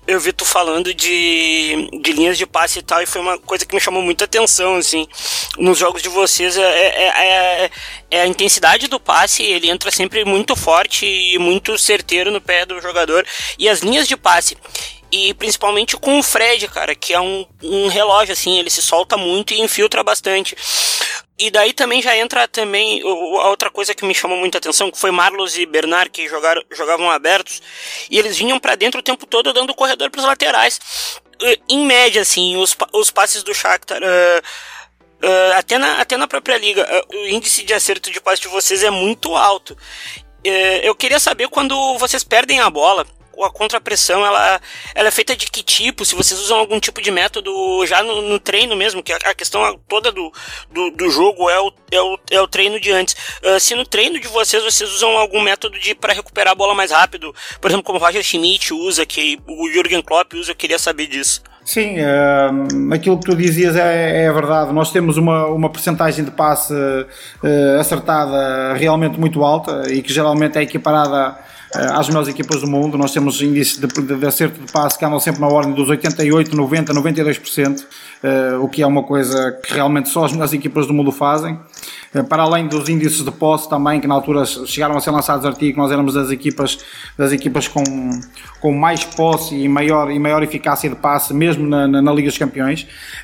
eu vi tu falando de, de linhas de passe e tal, e foi uma coisa que me chamou muita atenção, assim, nos jogos de vocês, é, é, é, é a intensidade do passe, ele entra sempre muito forte e muito certeiro no pé do jogador, e as linhas de passe, e principalmente com o Fred, cara, que é um, um relógio, assim, ele se solta muito e infiltra bastante. E daí também já entra também a outra coisa que me chamou muita atenção, que foi Marlos e Bernard, que jogaram, jogavam abertos, e eles vinham pra dentro o tempo todo dando corredor pros laterais. Em média, assim, os, os passes do Shakhtar, uh, uh, até, na, até na própria liga, uh, o índice de acerto de passe de vocês é muito alto. Uh, eu queria saber, quando vocês perdem a bola, a contrapressão, ela, ela é feita de que tipo? Se vocês usam algum tipo de método já no, no treino mesmo, que a, a questão toda do, do, do jogo é o, é, o, é o treino de antes. Uh, se no treino de vocês, vocês usam algum método de para recuperar a bola mais rápido, por exemplo, como o Roger Schmidt usa, que o Jürgen Klopp usa, eu queria saber disso. Sim, uh, aquilo que tu dizias é, é verdade. Nós temos uma, uma percentagem de passe uh, acertada realmente muito alta e que geralmente é equiparada às melhores equipas do mundo. Nós temos índices de, de, de acerto de passe que andam sempre na ordem dos oitenta e oito, noventa, noventa e dois por cento, uh, o que é uma coisa que realmente só as melhores equipas do mundo fazem. Uh, para além dos índices de posse também, que na altura chegaram a ser lançados artigos, nós éramos das equipas, das equipas com, com mais posse e maior, e maior eficácia de passe, mesmo na, na, na Liga dos Campeões.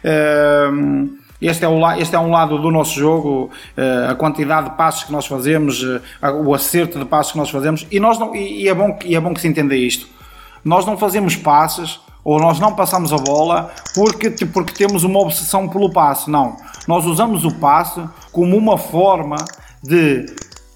Uh, Este é, o, este é um lado do nosso jogo, uh, a quantidade de passos que nós fazemos, uh, o acerto de passos que nós fazemos, e, nós não, e, e, é bom, e é bom que se entenda isto. Nós não fazemos passes, ou nós não passamos a bola porque, porque temos uma obsessão pelo passe, não. Nós usamos o passe como uma forma de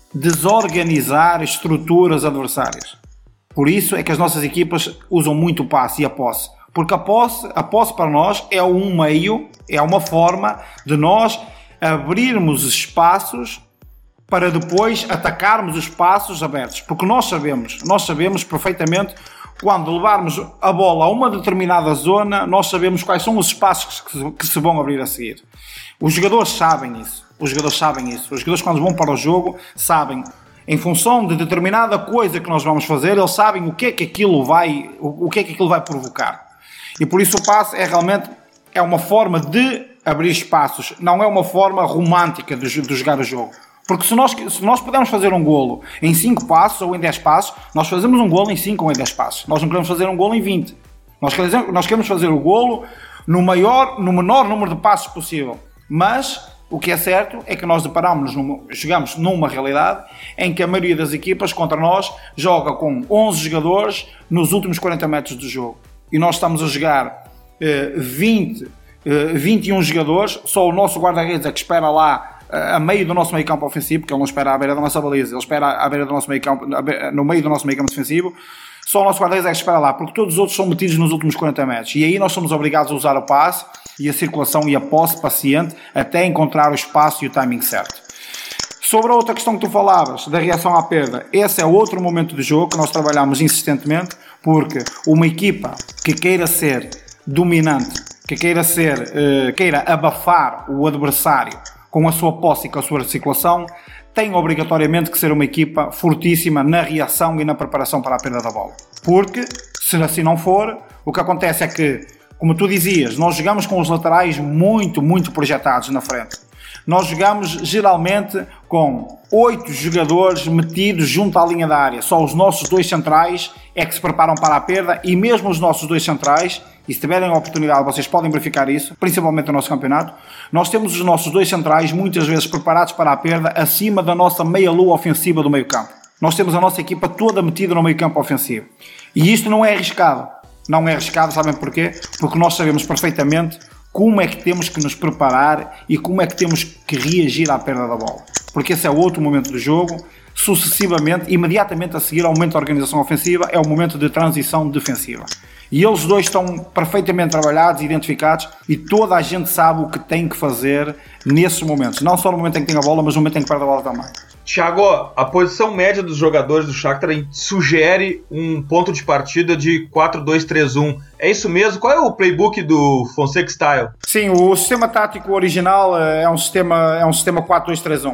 desorganizar estruturas adversárias. Por isso é que as nossas equipas usam muito o passe e a posse. Porque a posse, a posse para nós é um meio, é uma forma de nós abrirmos espaços para depois atacarmos os espaços abertos. Porque nós sabemos, nós sabemos perfeitamente, quando levarmos a bola a uma determinada zona, nós sabemos quais são os espaços que se, que se vão abrir a seguir. Os jogadores sabem isso. Os jogadores sabem isso. Os jogadores, quando vão para o jogo, sabem, em função de determinada coisa que nós vamos fazer, eles sabem o que é que aquilo vai, o, o que é que aquilo vai provocar. E por isso o passe é realmente é uma forma de abrir espaços, não é uma forma romântica de, de jogar o jogo. Porque se nós, se nós pudermos fazer um golo em cinco passos ou em dez passos, nós fazemos um golo em cinco ou em dez passos. Nós não queremos fazer um golo em vinte. Nós queremos, nós queremos fazer o golo no, maior, no menor número de passos possível. Mas o que é certo é que nós deparamos, numa, jogamos numa realidade em que a maioria das equipas contra nós joga com onze jogadores nos últimos quarenta metros do jogo. E nós estamos a jogar eh, vinte, eh, vinte e um jogadores, só o nosso guarda-redes é que espera lá eh, a meio do nosso meio campo ofensivo, porque ele não espera à beira da nossa baliza, ele espera à beira do nosso meio campo, no meio do nosso meio campo defensivo, só o nosso guarda-redes é que espera lá, porque todos os outros são metidos nos últimos quarenta metros. E aí nós somos obrigados a usar o passe e a circulação e a posse paciente até encontrar o espaço e o timing certo. Sobre a outra questão que tu falavas, da reação à perda, esse é outro momento do jogo que nós trabalhamos insistentemente, porque uma equipa que queira ser dominante, que queira ser, uh, queira abafar o adversário com a sua posse e com a sua circulação, tem obrigatoriamente que ser uma equipa fortíssima na reação e na preparação para a perda da bola. Porque, se assim não for, o que acontece é que, como tu dizias, nós jogamos com os laterais muito, muito projetados na frente. Nós jogamos geralmente com oito jogadores metidos junto à linha da área. Só os nossos dois centrais é que se preparam para a perda, e mesmo os nossos dois centrais, e se tiverem a oportunidade vocês podem verificar isso, principalmente no nosso campeonato, nós temos os nossos dois centrais muitas vezes preparados para a perda acima da nossa meia-lua ofensiva do meio campo. Nós temos a nossa equipa toda metida no meio campo ofensivo. E isto não é arriscado. Não é arriscado, sabem porquê? Porque nós sabemos perfeitamente como é que temos que nos preparar e como é que temos que reagir à perda da bola. Porque esse é o outro momento do jogo. Sucessivamente, imediatamente a seguir ao momento da organização ofensiva, é o momento de transição defensiva. E eles dois estão perfeitamente trabalhados, identificados, e toda a gente sabe o que tem que fazer nesses momentos. Não só no momento em que tem a bola, mas no momento em que perde a bola também. Thiago, a posição média dos jogadores do Shakhtar sugere um ponto de partida de quatro dois três um. É isso mesmo? Qual é o playbook do Fonseca Style? Sim, o sistema tático original é um sistema, é um sistema quatro dois três um.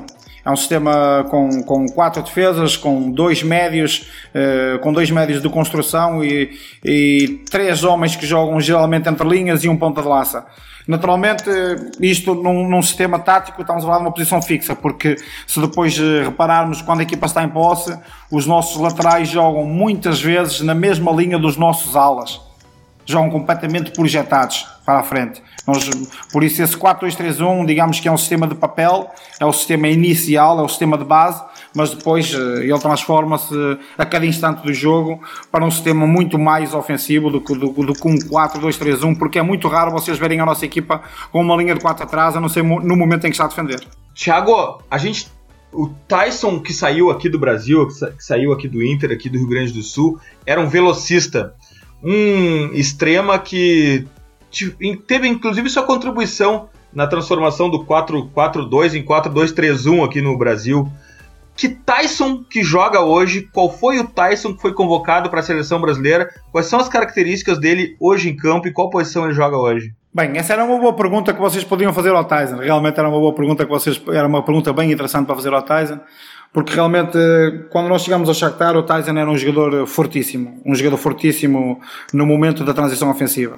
É um sistema com, com quatro defesas, com dois médios, uh, com dois médios de construção e, e três homens que jogam geralmente entre linhas e um ponta de lança. Naturalmente, isto num, num sistema tático estamos a falar de uma posição fixa, porque se depois repararmos quando a equipa está em posse, os nossos laterais jogam muitas vezes na mesma linha dos nossos alas. Jogam completamente projetados para a frente. Nós, por isso esse quatro dois três um, digamos que é um sistema de papel, é o sistema inicial, é o sistema de base, mas depois ele transforma-se a cada instante do jogo para um sistema muito mais ofensivo do que, do, do que um quatro dois três um, porque é muito raro vocês verem a nossa equipa com uma linha de quatro atrás, a não ser no momento em que está a defender. Thiago, a gente, o Taison que saiu aqui do Brasil, que, sa, que saiu aqui do Inter, aqui do Rio Grande do Sul, era um velocista, um extrema que teve inclusive sua contribuição na transformação do quatro quatro dois em quatro dois três um aqui no Brasil. Que Taison que joga hoje? Qual foi o Taison que foi convocado para a seleção brasileira? Quais são as características dele hoje em campo e qual posição ele joga hoje? Bem, essa era uma boa pergunta que vocês podiam fazer ao Taison. Realmente era uma boa pergunta que vocês, era uma pergunta bem interessante para fazer ao Taison, porque realmente quando nós chegamos ao Shakhtar, o Taison era um jogador fortíssimo, um jogador fortíssimo no momento da transição ofensiva.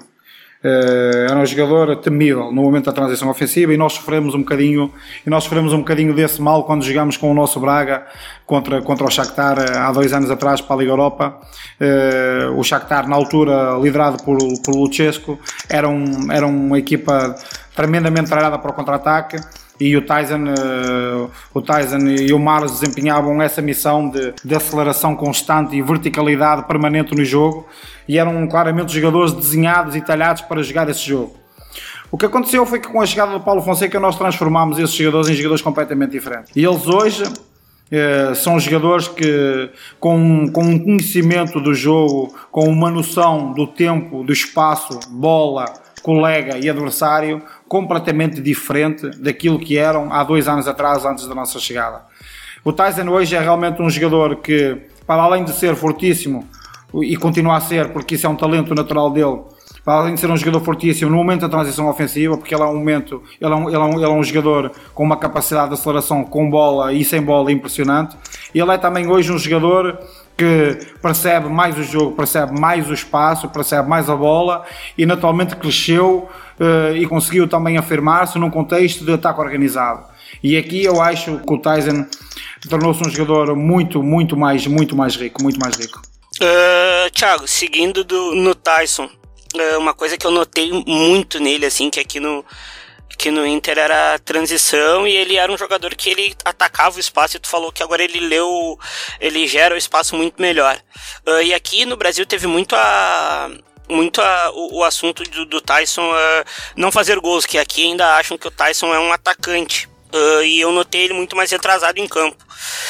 Uh, era um jogador temível no momento da transição ofensiva e nós sofremos um bocadinho e nós sofremos um bocadinho desse mal quando jogámos com o nosso Braga contra, contra o Shakhtar há dois anos atrás para a Liga Europa. Uh, o Shakhtar, na altura liderado por, por Lucescu, era, um, era uma equipa tremendamente treinada para o contra-ataque e o Taison, uh, o Taison e o Mars desempenhavam essa missão de, de aceleração constante e verticalidade permanente no jogo e eram claramente jogadores desenhados e talhados para jogar esse jogo. O que aconteceu foi que com a chegada do Paulo Fonseca nós transformámos esses jogadores em jogadores completamente diferentes. E eles hoje uh, são jogadores que com, com um conhecimento do jogo, com uma noção do tempo, do espaço, bola, colega e adversário completamente diferente daquilo que eram há dois anos atrás, antes da nossa chegada. O Taison hoje é realmente um jogador que, para além de ser fortíssimo, e continua a ser, porque isso é um talento natural dele, para além de ser um jogador fortíssimo no momento da transição ofensiva, porque ele é um momento, ele é um, ele é um, ele é um jogador com uma capacidade de aceleração com bola e sem bola impressionante, ele é também hoje um jogador que percebe mais o jogo, percebe mais o espaço, percebe mais a bola e naturalmente cresceu uh, e conseguiu também afirmar-se num contexto de ataque organizado. E aqui eu acho que o Taison tornou-se um jogador muito, muito mais, muito mais rico, muito mais rico. Uh, Thiago, seguindo do, no Taison, uh, uma coisa que eu notei muito nele, assim, que aqui no que no Inter era a transição e ele era um jogador que ele atacava o espaço e tu falou que agora ele leu, ele gera o espaço muito melhor. Uh, e aqui no Brasil teve muito a... muito a, o, o assunto do, do Taison uh, não fazer gols, que aqui ainda acham que o Taison é um atacante. Uh, e eu notei ele muito mais retrasado em campo.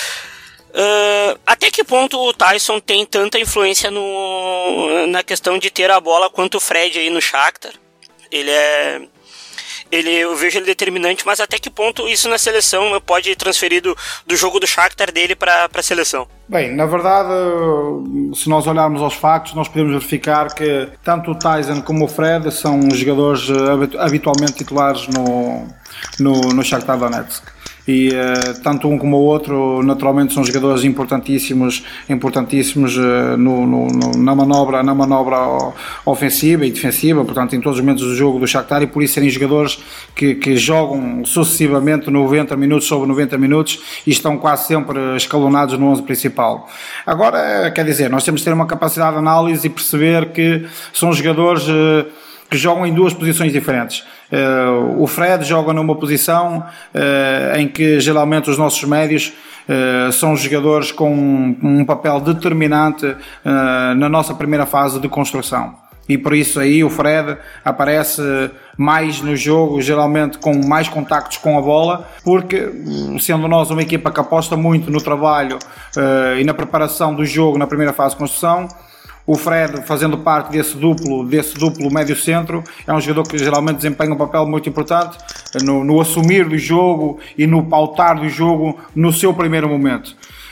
Uh, até que ponto o Taison tem tanta influência no, na questão de ter a bola quanto o Fred aí no Shakhtar? Ele é... Ele, eu vejo ele determinante, mas até que ponto isso na seleção pode transferir do, do jogo do Shakhtar dele para a seleção? Bem, na verdade, se nós olharmos aos factos, nós podemos verificar que tanto o Taison como o Fred são jogadores habitualmente titulares no, no, no Shakhtar Donetsk. E uh, tanto um como o outro naturalmente são jogadores importantíssimos, importantíssimos uh, no, no, no, na manobra, na manobra ofensiva e defensiva, portanto em todos os momentos do jogo do Shakhtar, e por isso serem jogadores que, que jogam sucessivamente noventa minutos sobre noventa minutos e estão quase sempre escalonados no onze principal. Agora, quer dizer, nós temos de ter uma capacidade de análise e perceber que são jogadores uh, que jogam em duas posições diferentes. Uh, o Fred joga numa posição uh, em que geralmente os nossos médios uh, são jogadores com um, um papel determinante uh, na nossa primeira fase de construção. E por isso aí o Fred aparece mais no jogo, geralmente com mais contactos com a bola, porque sendo nós uma equipa que aposta muito no trabalho uh, e na preparação do jogo na primeira fase de construção, o Fred, fazendo parte desse duplo, desse duplo médio-centro, é um jogador que geralmente desempenha um papel muito importante no, no assumir do jogo e no pautar do jogo no seu primeiro momento.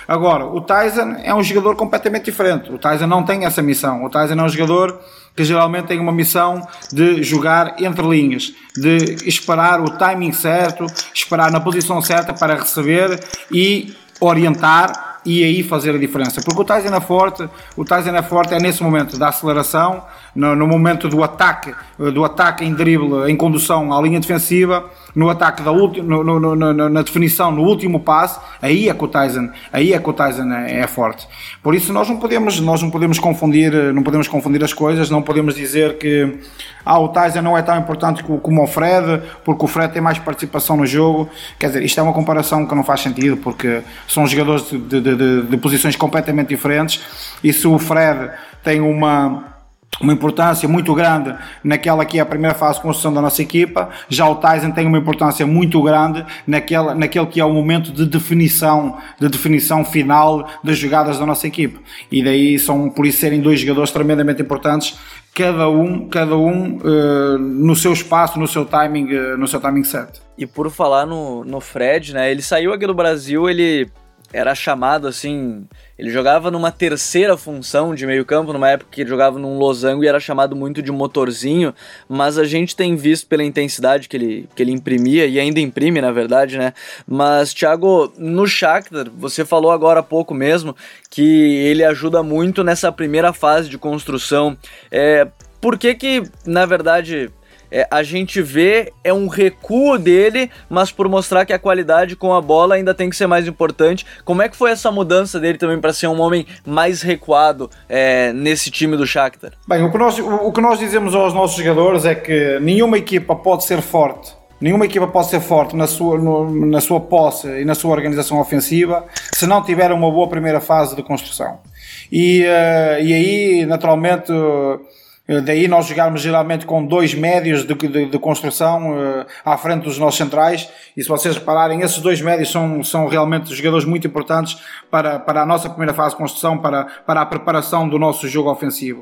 Agora, o Tyson é um jogador completamente diferente. O Tyson não tem essa missão. O Tyson é um jogador que geralmente tem uma missão de jogar entre linhas, de esperar o timing certo, esperar na posição certa para receber e orientar e aí fazer a diferença. Porque o Tyson é forte, o Tyson é forte é nesse momento da aceleração, no, no momento do ataque, do ataque em drible, em condução à linha defensiva, no ataque da ulti, no, no, no, na definição, no último passe, aí é que o Tyson, aí é que o Tyson é, é forte. Por isso nós não podemos, nós não podemos confundir, não podemos confundir as coisas, não podemos dizer que ah, o Tyson não é tão importante como o Fred, porque o Fred tem mais participação no jogo. Quer dizer, isto é uma comparação que não faz sentido, porque são jogadores de, de, de, de posições completamente diferentes, e se o Fred tem uma uma importância muito grande naquela que é a primeira fase de construção da nossa equipa, já o Tyson tem uma importância muito grande naquela, naquele que é o momento de definição, de definição final das jogadas da nossa equipa. E daí são, por isso serem dois jogadores tremendamente importantes, cada um, cada um uh, no seu espaço, no seu timing, uh, no seu timing certo. E por falar no, no Fred, né, ele saiu aqui do Brasil, ele era chamado assim, ele jogava numa terceira função de meio campo, numa época que ele jogava num losango e era chamado muito de motorzinho, mas a gente tem visto pela intensidade que ele, que ele imprimia, e ainda imprime na verdade, né, mas Thiago, no Shakhtar, você falou agora há pouco mesmo, que ele ajuda muito nessa primeira fase de construção, é, por que que, na verdade... É, a gente vê é um recuo dele, mas por mostrar que a qualidade com a bola ainda tem que ser mais importante. Como é que foi essa mudança dele também para ser um homem mais recuado é, nesse time do Shakhtar? Bem, o que, nós, o que nós dizemos aos nossos jogadores é que nenhuma equipa pode ser forte, nenhuma equipa pode ser forte na sua, no, na sua posse e na sua organização ofensiva se não tiver uma boa primeira fase de construção. E, uh, e aí, naturalmente... Uh, Daí nós jogarmos geralmente com dois médios de, de, de construção uh, à frente dos nossos centrais, e se vocês repararem, esses dois médios são, são realmente jogadores muito importantes para, para a nossa primeira fase de construção, para, para a preparação do nosso jogo ofensivo.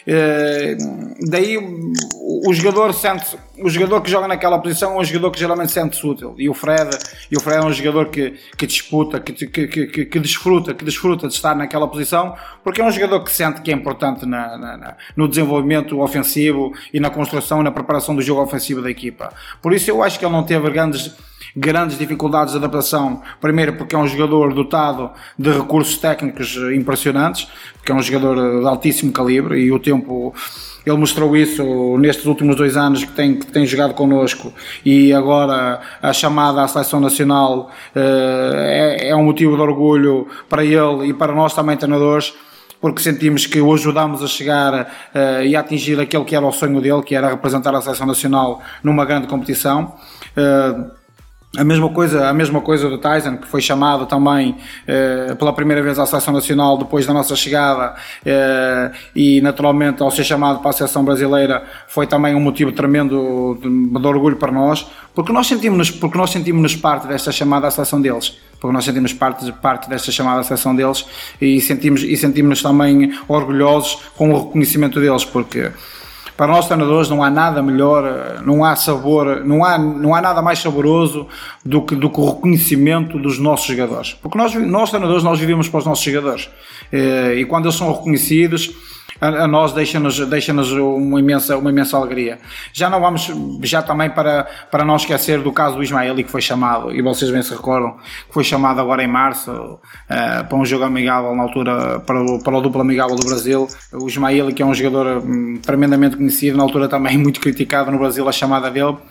Uh, daí o, o jogador sente, o jogador que joga naquela posição é um jogador que geralmente sente-se útil, e o Fred, e o Fred é um jogador que, que disputa, que, que, que, que desfruta, que desfruta de estar naquela posição, porque é um jogador que sente que é importante na, na, na, no desenvolvimento ofensivo e na construção e na preparação do jogo ofensivo da equipa. Por isso eu acho que ele não teve grandes, grandes dificuldades de adaptação, primeiro porque é um jogador dotado de recursos técnicos impressionantes, porque é um jogador de altíssimo calibre, e o tempo... Ele mostrou isso nestes últimos dois anos que tem, que tem jogado connosco, e agora a chamada à seleção nacional uh, é, é um motivo de orgulho para ele e para nós também treinadores, porque sentimos que o ajudámos a chegar uh, e a atingir aquele que era o sonho dele, que era representar a seleção nacional numa grande competição. Uh, A mesma coisa, a mesma coisa do Tyson, que foi chamado também eh, pela primeira vez à seleção nacional depois da nossa chegada, eh, e naturalmente ao ser chamado para a seleção brasileira foi também um motivo tremendo de, de orgulho para nós, porque nós sentimos-nos, porque nós sentimos-nos parte desta chamada à seleção deles, porque nós sentimos parte, parte desta chamada à seleção deles, e sentimos, e sentimos-nos também orgulhosos com o reconhecimento deles, porque para nós treinadores não há nada melhor, não há sabor, não há, não há nada mais saboroso do que, do que o reconhecimento dos nossos jogadores. Porque nós, nós treinadores, nós vivemos para os nossos jogadores. E quando eles são reconhecidos, a, a nós deixa-nos, deixa-nos uma imensa, uma imensa alegria. Já não vamos, já também para, para não esquecer do caso do Ismaili, que foi chamado, e vocês bem se recordam, que foi chamado agora em março, uh, para um jogo amigável na altura, para o, para o duplo amigável do Brasil. O Ismaili, que é um jogador um, tremendamente conhecido, na altura também muito criticado no Brasil, a chamada dele, uh,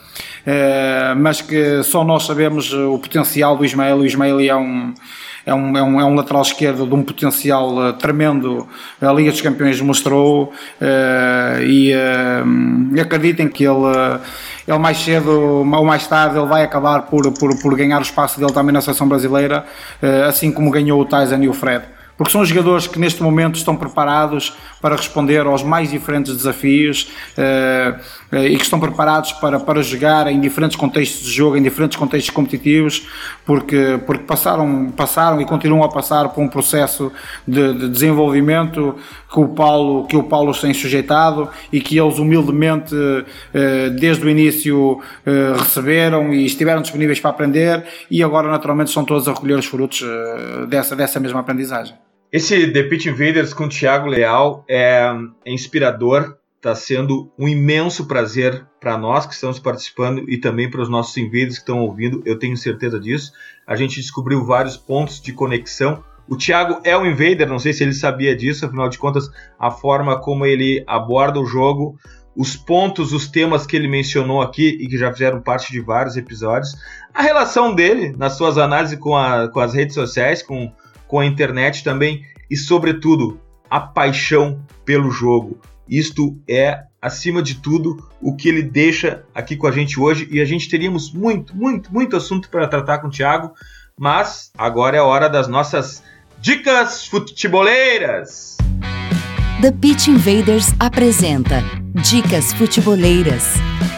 mas que só nós sabemos o potencial do Ismaili. O Ismaili é um É um, é, um, é um lateral esquerdo de um potencial uh, tremendo, a Liga dos Campeões mostrou, uh, e uh, acreditem que ele, uh, ele mais cedo ou mais tarde ele vai acabar por, por, por ganhar o espaço dele também na seleção brasileira, uh, assim como ganhou o Tyson e o Fred. porque são jogadores que neste momento estão preparados para responder aos mais diferentes desafios uh, uh, e que estão preparados para, para jogar em diferentes contextos de jogo, em diferentes contextos competitivos, porque, porque passaram, passaram e continuam a passar por um processo de, de desenvolvimento que o Paulo, que o Paulo os tem sujeitado e que eles humildemente uh, desde o início uh, receberam e estiveram disponíveis para aprender, e agora naturalmente estão todos a recolher os frutos uh, dessa, dessa mesma aprendizagem. Esse The Pitch Invaders com o Thiago Leal é, é inspirador, está sendo um imenso prazer para nós que estamos participando e também para os nossos invaders que estão ouvindo, eu tenho certeza disso. A gente descobriu vários pontos de conexão. O Thiago é um invader, não sei se ele sabia disso, afinal de contas, a forma como ele aborda o jogo, os pontos, os temas que ele mencionou aqui e que já fizeram parte de vários episódios, a relação dele nas suas análises com, a, com as redes sociais, com, com a internet também, e sobretudo, a paixão pelo jogo. Isto é, acima de tudo, o que ele deixa aqui com a gente hoje, e a gente teríamos muito, muito, muito assunto para tratar com o Thiago, mas agora é a hora das nossas dicas futeboleiras. The Pitch Invaders apresenta Dicas Futeboleiras.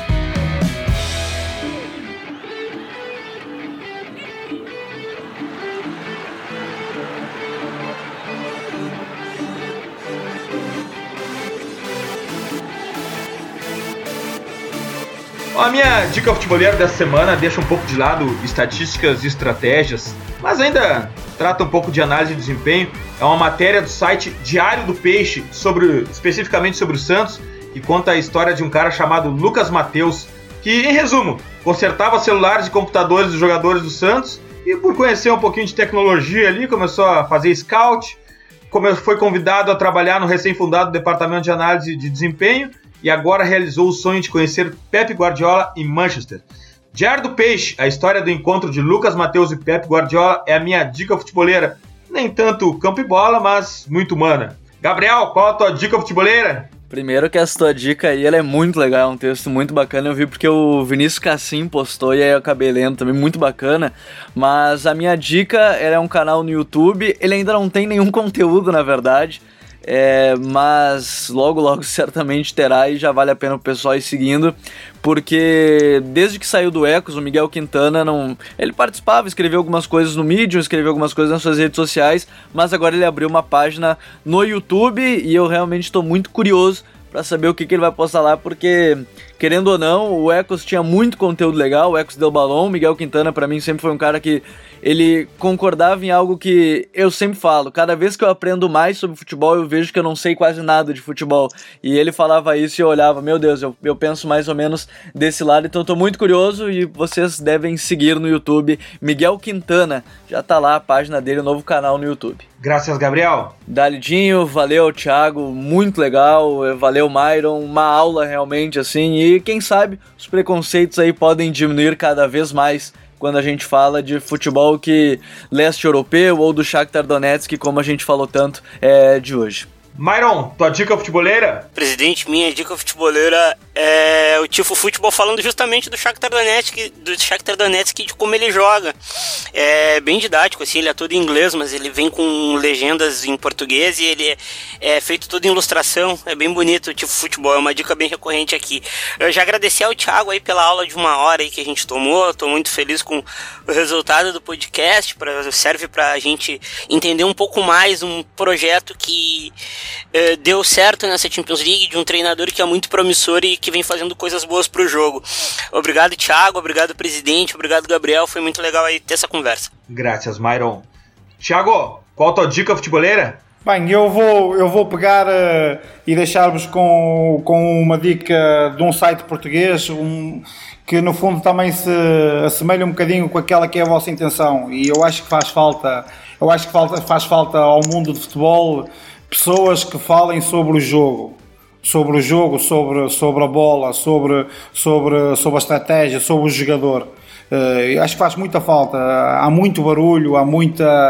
A minha dica futebolera dessa semana deixa um pouco de lado estatísticas e estratégias, mas ainda trata um pouco de análise de desempenho. É uma matéria do site Diário do Peixe, sobre, especificamente sobre o Santos, que conta a história de um cara chamado Lucas Mateus, que, em resumo, consertava celulares e computadores dos jogadores do Santos e, por conhecer um pouquinho de tecnologia ali, começou a fazer scout, foi convidado a trabalhar no recém-fundado Departamento de Análise de Desempenho e agora realizou o sonho de conhecer Pep Guardiola em Manchester. Diário do Peixe, a história do encontro de Lucas Mateus e Pep Guardiola é a minha dica futeboleira. Nem tanto campo e bola, mas muito humana. Gabriel, qual a tua dica futeboleira? Primeiro que essa tua dica aí, ela é muito legal, é um texto muito bacana, eu vi porque o Vinícius Cassim postou e aí eu acabei lendo também, muito bacana, mas a minha dica, ela é um canal no YouTube, ele ainda não tem nenhum conteúdo na verdade, É, mas logo logo certamente terá e já vale a pena o pessoal ir seguindo, porque desde que saiu do Ecos, o Miguel Quintana não, ele participava, escreveu algumas coisas no Medium, escreveu algumas coisas nas suas redes sociais, mas agora ele abriu uma página no YouTube e eu realmente estou muito curioso para saber o que, que ele vai postar lá, porque querendo ou não, o Ecos tinha muito conteúdo legal, o Ecos Del Balão, o Miguel Quintana para mim sempre foi um cara que ele concordava em algo que eu sempre falo, cada vez que eu aprendo mais sobre futebol, eu vejo que eu não sei quase nada de futebol, e ele falava isso e eu olhava, meu Deus, eu, eu penso mais ou menos desse lado, então eu tô muito curioso e vocês devem seguir no YouTube, Miguel Quintana, já tá lá a página dele, o novo canal no YouTube. Graças, Gabriel. Dalidinho, valeu Thiago, muito legal, valeu Myron, uma aula realmente assim, e quem sabe os preconceitos aí podem diminuir cada vez mais quando a gente fala de futebol que leste europeu ou do Shakhtar Donetsk, como a gente falou tanto é, de hoje. Myron, tua dica futeboleira? Presidente, minha dica futeboleira é o Tifo Futebol, falando justamente do Shakhtar Donetsk, do Shakhtar Donetsk e de como ele joga. É bem didático, assim, ele é todo em inglês, mas ele vem com legendas em português e ele é, é feito todo em ilustração, é bem bonito o Tifo Futebol, é uma dica bem recorrente aqui. Eu já agradeci ao Thiago aí pela aula de uma hora aí que a gente tomou, estou muito feliz com o resultado do podcast, pra, serve pra gente entender um pouco mais um projeto que Uh, deu certo nessa Champions League, de um treinador que é muito promissor e que vem fazendo coisas boas pro jogo. Obrigado, Thiago, obrigado, presidente, obrigado, Gabriel, foi muito legal aí ter essa conversa. Graças, Myron. Thiago, qual a tua dica futeboleira? Bem, eu vou, eu vou pegar uh, e deixar-vos com, com uma dica de um site português, um, que no fundo também se assemelha um bocadinho com aquela que é a vossa intenção, e eu acho que faz falta, eu acho que falta, faz falta ao mundo de futebol pessoas que falem sobre o jogo, sobre o jogo, sobre, sobre a bola, sobre, sobre, sobre a estratégia, sobre o jogador. Uh, acho que faz muita falta. Há muito barulho, há muita,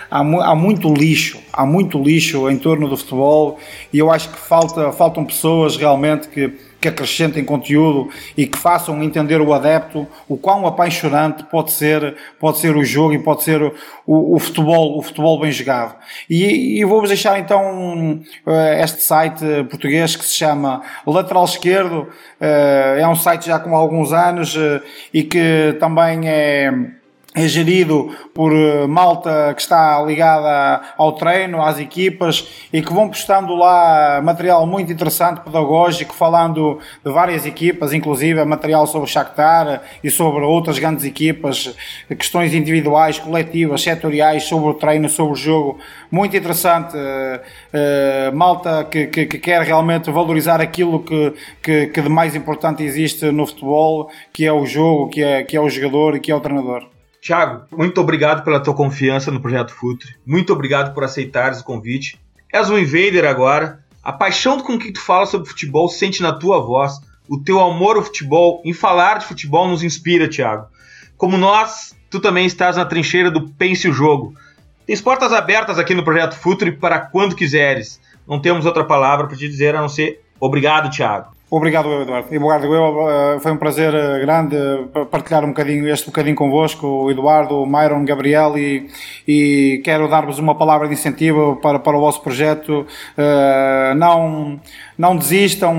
há, há muito lixo, há muito lixo em torno do futebol, e eu acho que falta, faltam pessoas realmente que que acrescentem conteúdo e que façam entender o adepto o quão apaixonante pode ser, pode ser o jogo e pode ser o, o futebol, o futebol bem jogado. E, e vou-vos deixar então este site português que se chama Lateral Esquerdo, é um site já com alguns anos e que também é é gerido por malta que está ligada ao treino, às equipas, e que vão postando lá material muito interessante, pedagógico, falando de várias equipas, inclusive material sobre o Shakhtar e sobre outras grandes equipas, questões individuais, coletivas, setoriais, sobre o treino, sobre o jogo. Muito interessante, uh, uh, malta que, que, que quer realmente valorizar aquilo que, que, que de mais importante existe no futebol, que é o jogo, que é, que é o jogador e que é o treinador. Thiago, muito obrigado pela tua confiança no Projeto Futre. Muito obrigado por aceitares o convite. És um invader agora. A paixão com que tu fala sobre futebol sente na tua voz. O teu amor ao futebol, em falar de futebol, nos inspira, Thiago. Como nós, tu também estás na trincheira do Pense o Jogo. Tens portas abertas aqui no Projeto Futre para quando quiseres. Não temos outra palavra para te dizer a não ser obrigado, Thiago. Obrigado, Eduardo. Eduardo, eu, foi um prazer grande partilhar um bocadinho, este bocadinho convosco, o Eduardo, o Myron, o Gabriel, e, e quero dar-vos uma palavra de incentivo para, para o vosso projeto. Uh, não, não desistam.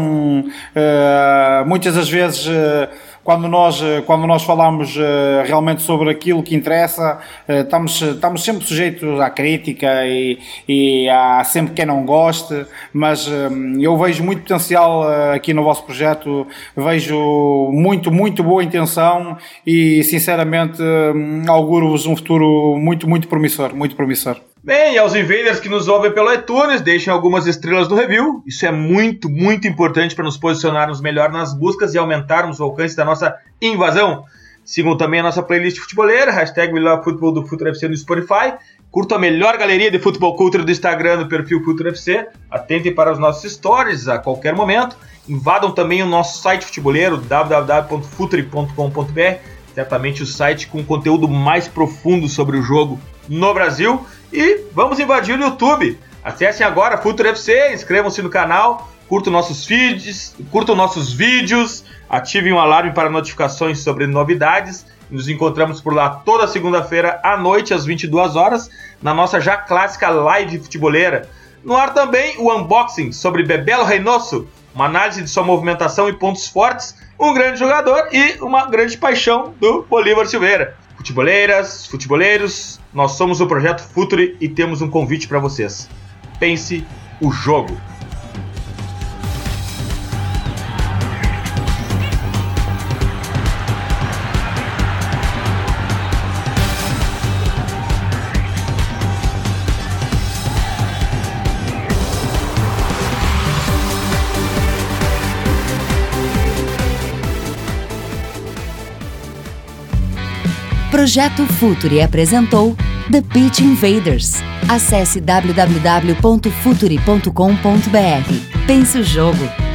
Uh, muitas das vezes, uh, quando nós, quando nós falamos uh, realmente sobre aquilo que interessa, uh, estamos, estamos sempre sujeitos à crítica e, e há sempre quem não goste, mas uh, eu vejo muito potencial uh, aqui no vosso projeto, vejo muito, muito boa intenção e sinceramente uh, auguro-vos um futuro muito, muito promissor, muito promissor. Bem, e aos invaders que nos ouvem pelo iTunes, deixem algumas estrelas no review. Isso é muito, muito importante para nos posicionarmos melhor nas buscas e aumentarmos o alcance da nossa invasão. Sigam também a nossa playlist futeboleira, hashtag Melhor Futebol do Futre F C no Spotify. Curtam a melhor galeria de futebol culture do Instagram no perfil Futre F C. Atentem para os nossos stories a qualquer momento. Invadam também o nosso site futeboleiro, w w w ponto futre ponto com ponto b r. Certamente o site com conteúdo mais profundo sobre o jogo no Brasil. E vamos invadir o YouTube. Acessem agora Futre F C, inscrevam-se no canal, curtam nossos feeds, curtam nossos vídeos, ativem o alarme para notificações sobre novidades. Nos encontramos por lá toda segunda-feira à noite, às vinte e duas horas, na nossa já clássica live futeboleira. No ar também o unboxing sobre Bebelo Reynoso, uma análise de sua movimentação e pontos fortes, um grande jogador e uma grande paixão do Bolívar Silveira. Futeboleiras, futeboleiros, nós somos o Projeto Futre e temos um convite para vocês. Pense o jogo. Projeto Futre apresentou The Pitch Invaders. Acesse w w w ponto futre ponto com ponto b r. Pense o jogo.